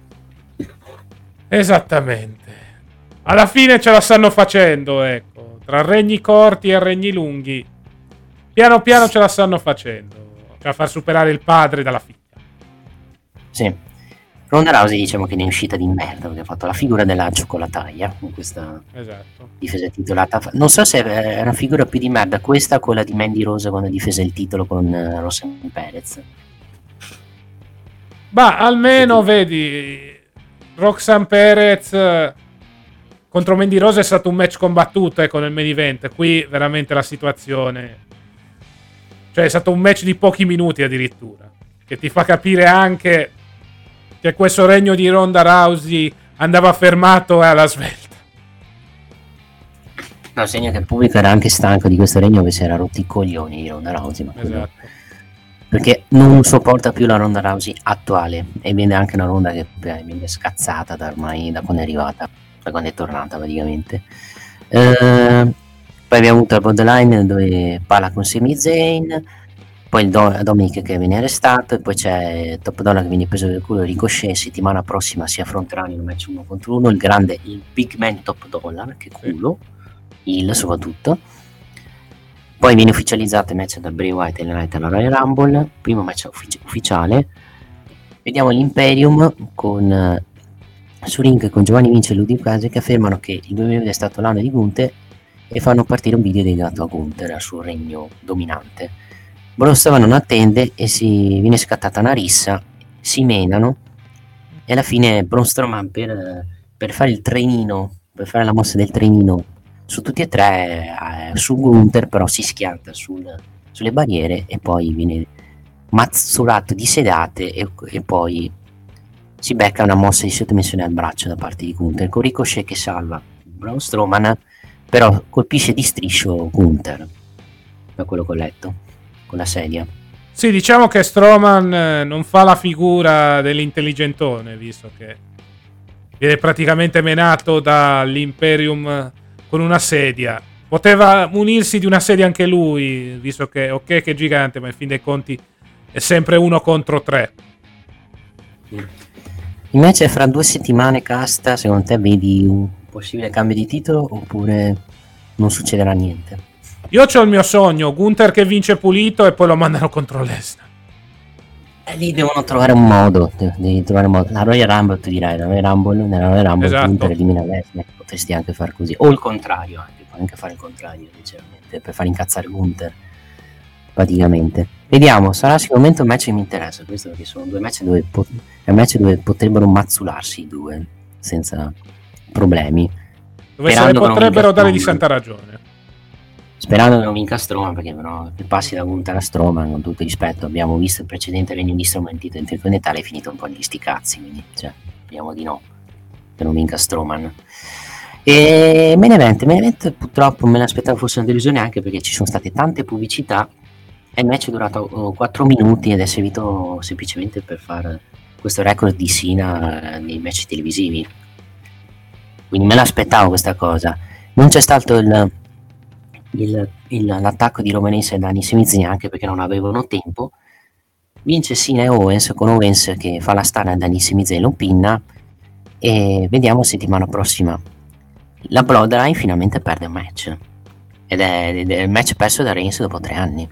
Esattamente. Alla fine ce la stanno facendo, ecco. Tra regni corti e regni lunghi, piano piano ce la stanno facendo. Cioè a far superare il padre dalla figlia. Sì. Ronda Rousey diciamo che ne è uscita di merda, perché ha fatto la figura della cioccolataia con questa difesa titolata. Non so se è una figura più di merda questa o quella di Mandy Rose quando difese il titolo con Roxanne Perez. Ma almeno vedi, Roxanne Perez contro Mandy Rose è stato un match combattuto, ecco, nel main event. Qui veramente la situazione, cioè è stato un match di pochi minuti addirittura, che ti fa capire anche che questo regno di Ronda Rousey andava fermato alla svelta. No, segno che il pubblico era anche stanco di questo regno, che si era rotti i coglioni di Ronda Rousey, ma esatto. Perché non sopporta più la Ronda Rousey attuale, e viene anche una Ronda che viene scazzata da quando è arrivata, da quando è tornata praticamente. Poi abbiamo avuto la borderline dove parla con Sami Zayn, poi il Dominic che viene arrestato, e poi c'è Top Dollar che viene preso per culo, Ricochet. Settimana prossima si affronteranno in un match 1 contro 1 il big man Top Dollar, che culo, il soprattutto. Poi viene ufficializzato il match da Bray Wyatt e LA Knight alla Royal Rumble, primo match ufficiale. Vediamo l'Imperium su ring con Giovanni Vince e Ludwig Kaiser che affermano che il 2020 è stato l'anno di Gunther e fanno partire un video dedicato a Gunther, al suo regno dominante. Braun Strowman non attende e viene scattata una rissa, si menano e alla fine Braun Strowman per fare il trenino, per fare la mossa del trenino su tutti e tre, su Gunther però si schianta sulle barriere e poi viene mazzurato di sedate e poi si becca una mossa di sottomissione al braccio da parte di Gunther, con Ricochet che salva Braun Strowman, però colpisce di striscio Gunther, da quello che ho letto, con la sedia. Sì, diciamo che Strowman non fa la figura dell'intelligentone, visto che viene praticamente menato dall'Imperium con una sedia. Poteva munirsi di una sedia anche lui, visto che ok che è gigante, ma in fin dei conti è sempre 1 contro 3. Invece fra 2 settimane, Casta, secondo te vedi un possibile cambio di titolo oppure non succederà niente? Io c'ho il mio sogno, Gunther che vince pulito e poi lo mandano contro Lesnar. Lì devono trovare un modo, La Royal Rumble, tu dirai, nella Royal Rumble esatto. Gunther elimina Lesnar, potresti anche far così, o il contrario, puoi anche fare il contrario, sinceramente, per far incazzare Gunther, praticamente. Vediamo, sarà sicuramente un match che mi interessa, questo perché sono 2 match dove potrebbero mazzularsi i due, senza problemi. Dove se ne potrebbero dare di santa ragione. Sperando che non vinca Strowman, perché però che passi da Gunther a Strowman, con tutto il rispetto, abbiamo visto il precedente regno di Strowman in titolo intercontinentale, è finito un po' negli sti cazzi, quindi speriamo di no, che non vinca Strowman. E main event purtroppo me l'aspettavo fosse una delusione, anche perché ci sono state tante pubblicità il match è durato 4 minuti ed è servito semplicemente per fare questo record di Cena nei match televisivi. Quindi me l'aspettavo questa cosa. Non c'è stato l'attacco di Roman Reigns e Dani Samiz anche perché non avevano tempo. Vince Cena e Owens, con Owens che fa la star a Dani Samiz e lo pinna, e vediamo settimana prossima. La Bloodline finalmente perde un match ed è il match perso da Reigns dopo 3 anni.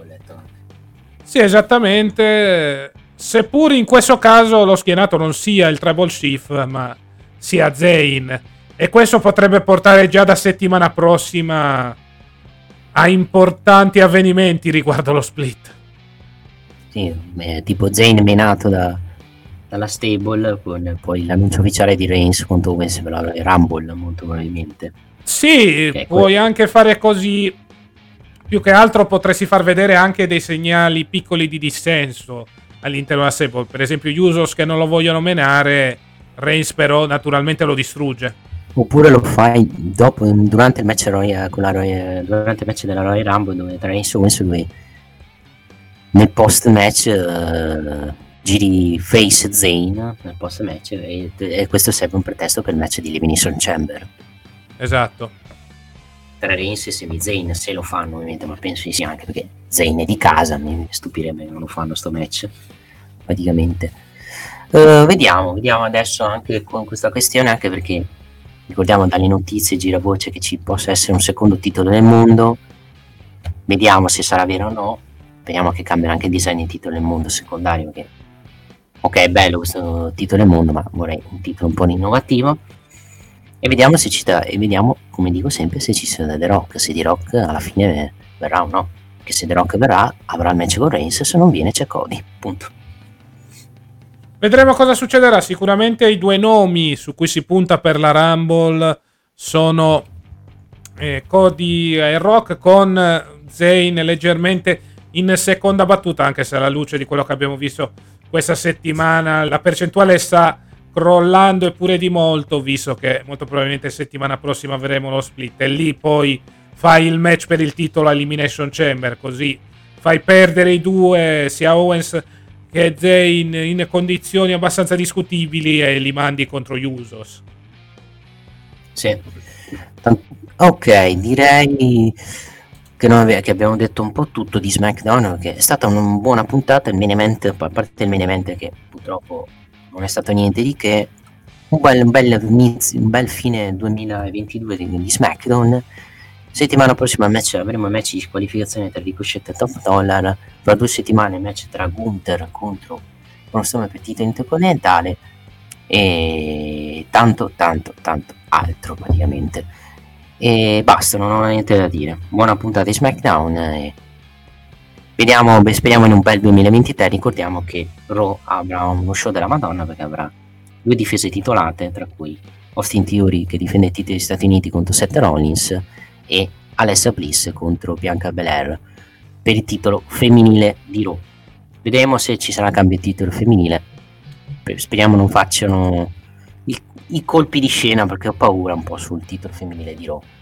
Sì, esattamente. Seppur in questo caso lo schienato non sia il Tribal Chief, ma sia Zayn, e questo potrebbe portare già da settimana prossima a importanti avvenimenti riguardo lo split. Sì, tipo Zayn menato dalla stable con poi l'annuncio ufficiale di Reigns contro Owens per la Rumble, molto probabilmente. Sì, puoi anche fare così. Più che altro potresti far vedere anche dei segnali piccoli di dissenso all'interno della stable. Per esempio gli Usos che non lo vogliono menare, Reigns però naturalmente lo distrugge. Oppure lo fai dopo, durante il match durante il match della Royal Rumble, dove tra Reigns e Owens, dove nel post match giri face Zayn nel post match, e questo serve un pretesto per il match di Elimination Chamber. Esatto. Tra Reigns e Sami Zayn, se lo fanno ovviamente, ma penso di sì, anche perché Zayn è di casa, mi stupirebbe che non lo fanno sto match praticamente. Vediamo adesso anche con questa questione, anche perché ricordiamo dalle notizie giravoce che ci possa essere un secondo titolo del mondo. Vediamo se sarà vero o no. Speriamo che cambierà anche il design del titolo del mondo secondario, perché ok, è bello questo titolo del mondo, ma vorrei un titolo un po' innovativo. E vediamo se ci sta, e vediamo, come dico sempre, se ci sarà The Rock, se The Rock alla fine verrà o no. Che se The Rock verrà, avrà il match con Reigns, se non viene c'è Cody, punto. Vedremo cosa succederà. Sicuramente i due nomi su cui si punta per la Rumble sono Cody e Rock, con Zayn leggermente in seconda battuta, anche se alla luce di quello che abbiamo visto questa settimana la percentuale sta crollando, eppure di molto, visto che molto probabilmente settimana prossima avremo lo split e lì poi fai il match per il titolo a Elimination Chamber, così fai perdere i due, sia Owens che Zayn, in condizioni abbastanza discutibili, e li mandi contro gli Usos. Sì. Ok, direi che abbiamo detto un po' tutto di SmackDown, che è stata una buona puntata. Il main event, a parte il main event che purtroppo non è stato niente di che, un bel fine 2022 di SmackDown. Settimana prossima avremo il match di qualificazione tra Ricochet e Top Dollar. Fra 2 settimane il match tra Gunther contro uno Storm per titolo intercontinentale, e tanto altro praticamente. E basta, non ho niente da dire. Buona puntata di SmackDown, e speriamo in un bel 2023. Ricordiamo che Raw avrà uno show della Madonna, perché avrà 2 difese titolate, tra cui Austin Theory che difende i titoli degli Stati Uniti contro Seth Rollins, e Alexa Bliss contro Bianca Belair per il titolo femminile di Raw. Vedremo se ci sarà cambio di titolo femminile. Speriamo non facciano i colpi di scena, perché ho paura un po' sul titolo femminile di Raw.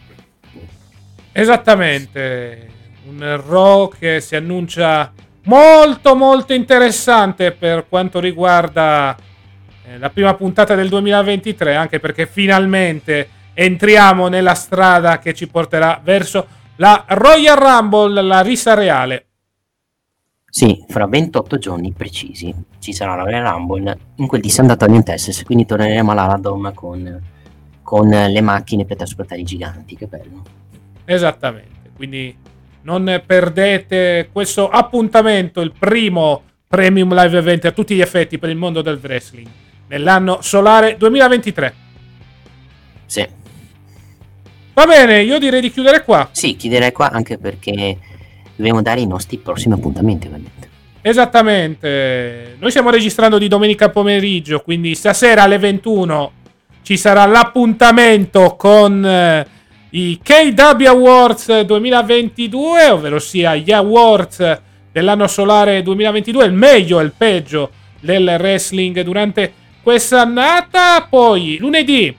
Esattamente, un Raw che si annuncia molto interessante per quanto riguarda la prima puntata del 2023, anche perché finalmente entriamo nella strada che ci porterà verso la Royal Rumble, la rissa reale. Sì, fra 28 giorni precisi ci sarà la Royal Rumble in quel di San Antonio in Texas, quindi torneremo alla Dome con le macchine per trasportare i giganti. Che bello. Esattamente, quindi non perdete questo appuntamento, il primo premium live event a tutti gli effetti per il mondo del wrestling nell'anno solare 2023. Sì. Va bene, io direi di chiudere qua. Sì, chiuderei qua, anche perché dobbiamo dare i nostri prossimi appuntamenti, ovviamente. Esattamente, noi stiamo registrando di domenica pomeriggio, quindi stasera alle 21 ci sarà l'appuntamento con i KW Awards 2022, ovvero sia gli awards dell'anno solare 2022, il meglio e il peggio del wrestling durante questa annata. Poi lunedì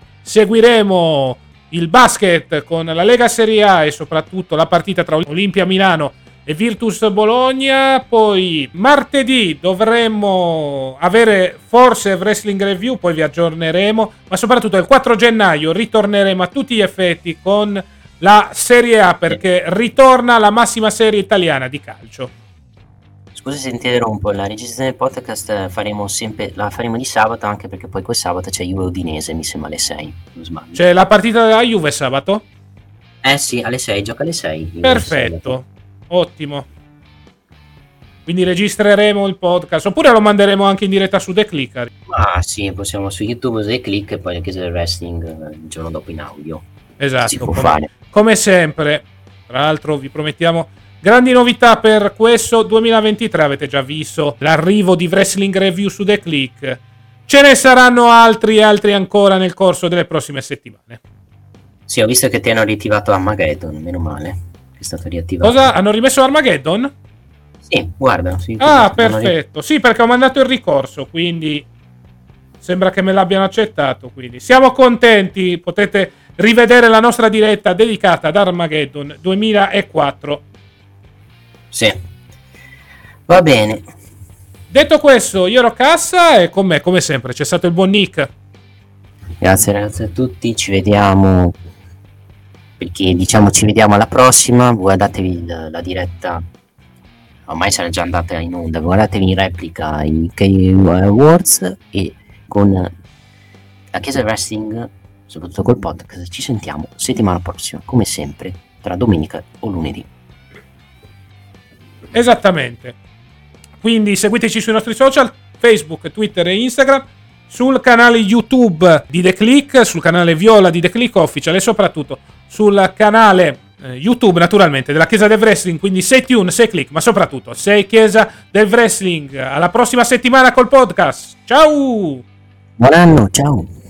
seguiremo il basket con la Lega Serie A e soprattutto la partita tra Olimpia Milano e Virtus Bologna. Poi martedì dovremmo avere forse Wrestling Review, poi vi aggiorneremo, ma soprattutto il 4 gennaio ritorneremo a tutti gli effetti con la Serie A, perché ritorna la massima serie italiana di calcio. Scusa se ti interrompo, la registrazione del podcast la faremo di sabato, anche perché poi quel sabato c'è Juve Udinese, mi sembra alle 6, non sbaglio. C'è la partita della Juve sabato? Sì, alle 6, gioca alle 6. Perfetto, ottimo. Quindi registreremo il podcast, oppure lo manderemo anche in diretta su The Click. Ah sì, possiamo su YouTube The Click e poi la Chiesa del Wrestling il giorno dopo in audio. Esatto, si può fare. Come sempre. Tra l'altro vi promettiamo grandi novità per questo 2023. Avete già visto l'arrivo di Wrestling Review su The Click. Ce ne saranno altri ancora nel corso delle prossime settimane. Sì, ho visto che ti hanno riattivato Armageddon, meno male. Che è stato riattivato. Cosa? Hanno rimesso Armageddon? Sì, guarda. Sì, perfetto. Sì, perché ho mandato il ricorso, quindi sembra che me l'abbiano accettato. Quindi siamo contenti. Potete rivedere la nostra diretta dedicata ad Armageddon 2004. Sì, va bene. Detto questo, io ero Cassa e con me, come sempre, c'è stato il buon Nick. Grazie ragazzi a tutti, ci vediamo, perché diciamo ci vediamo alla prossima. Guardatevi la diretta, ormai sarà già andata in onda, guardatevi in replica i K-Awards e con la Chiesa del Wrestling, soprattutto col podcast. Ci sentiamo settimana prossima, come sempre, tra domenica o lunedì. Esattamente. Quindi seguiteci sui nostri social, Facebook, Twitter e Instagram, sul canale YouTube di The Click, sul canale Viola di The Click Official e soprattutto sul canale YouTube naturalmente della Chiesa del Wrestling. Quindi sei Tune, sei Click, ma soprattutto sei Chiesa del Wrestling. Alla prossima settimana col podcast. Ciao! Buon anno, ciao!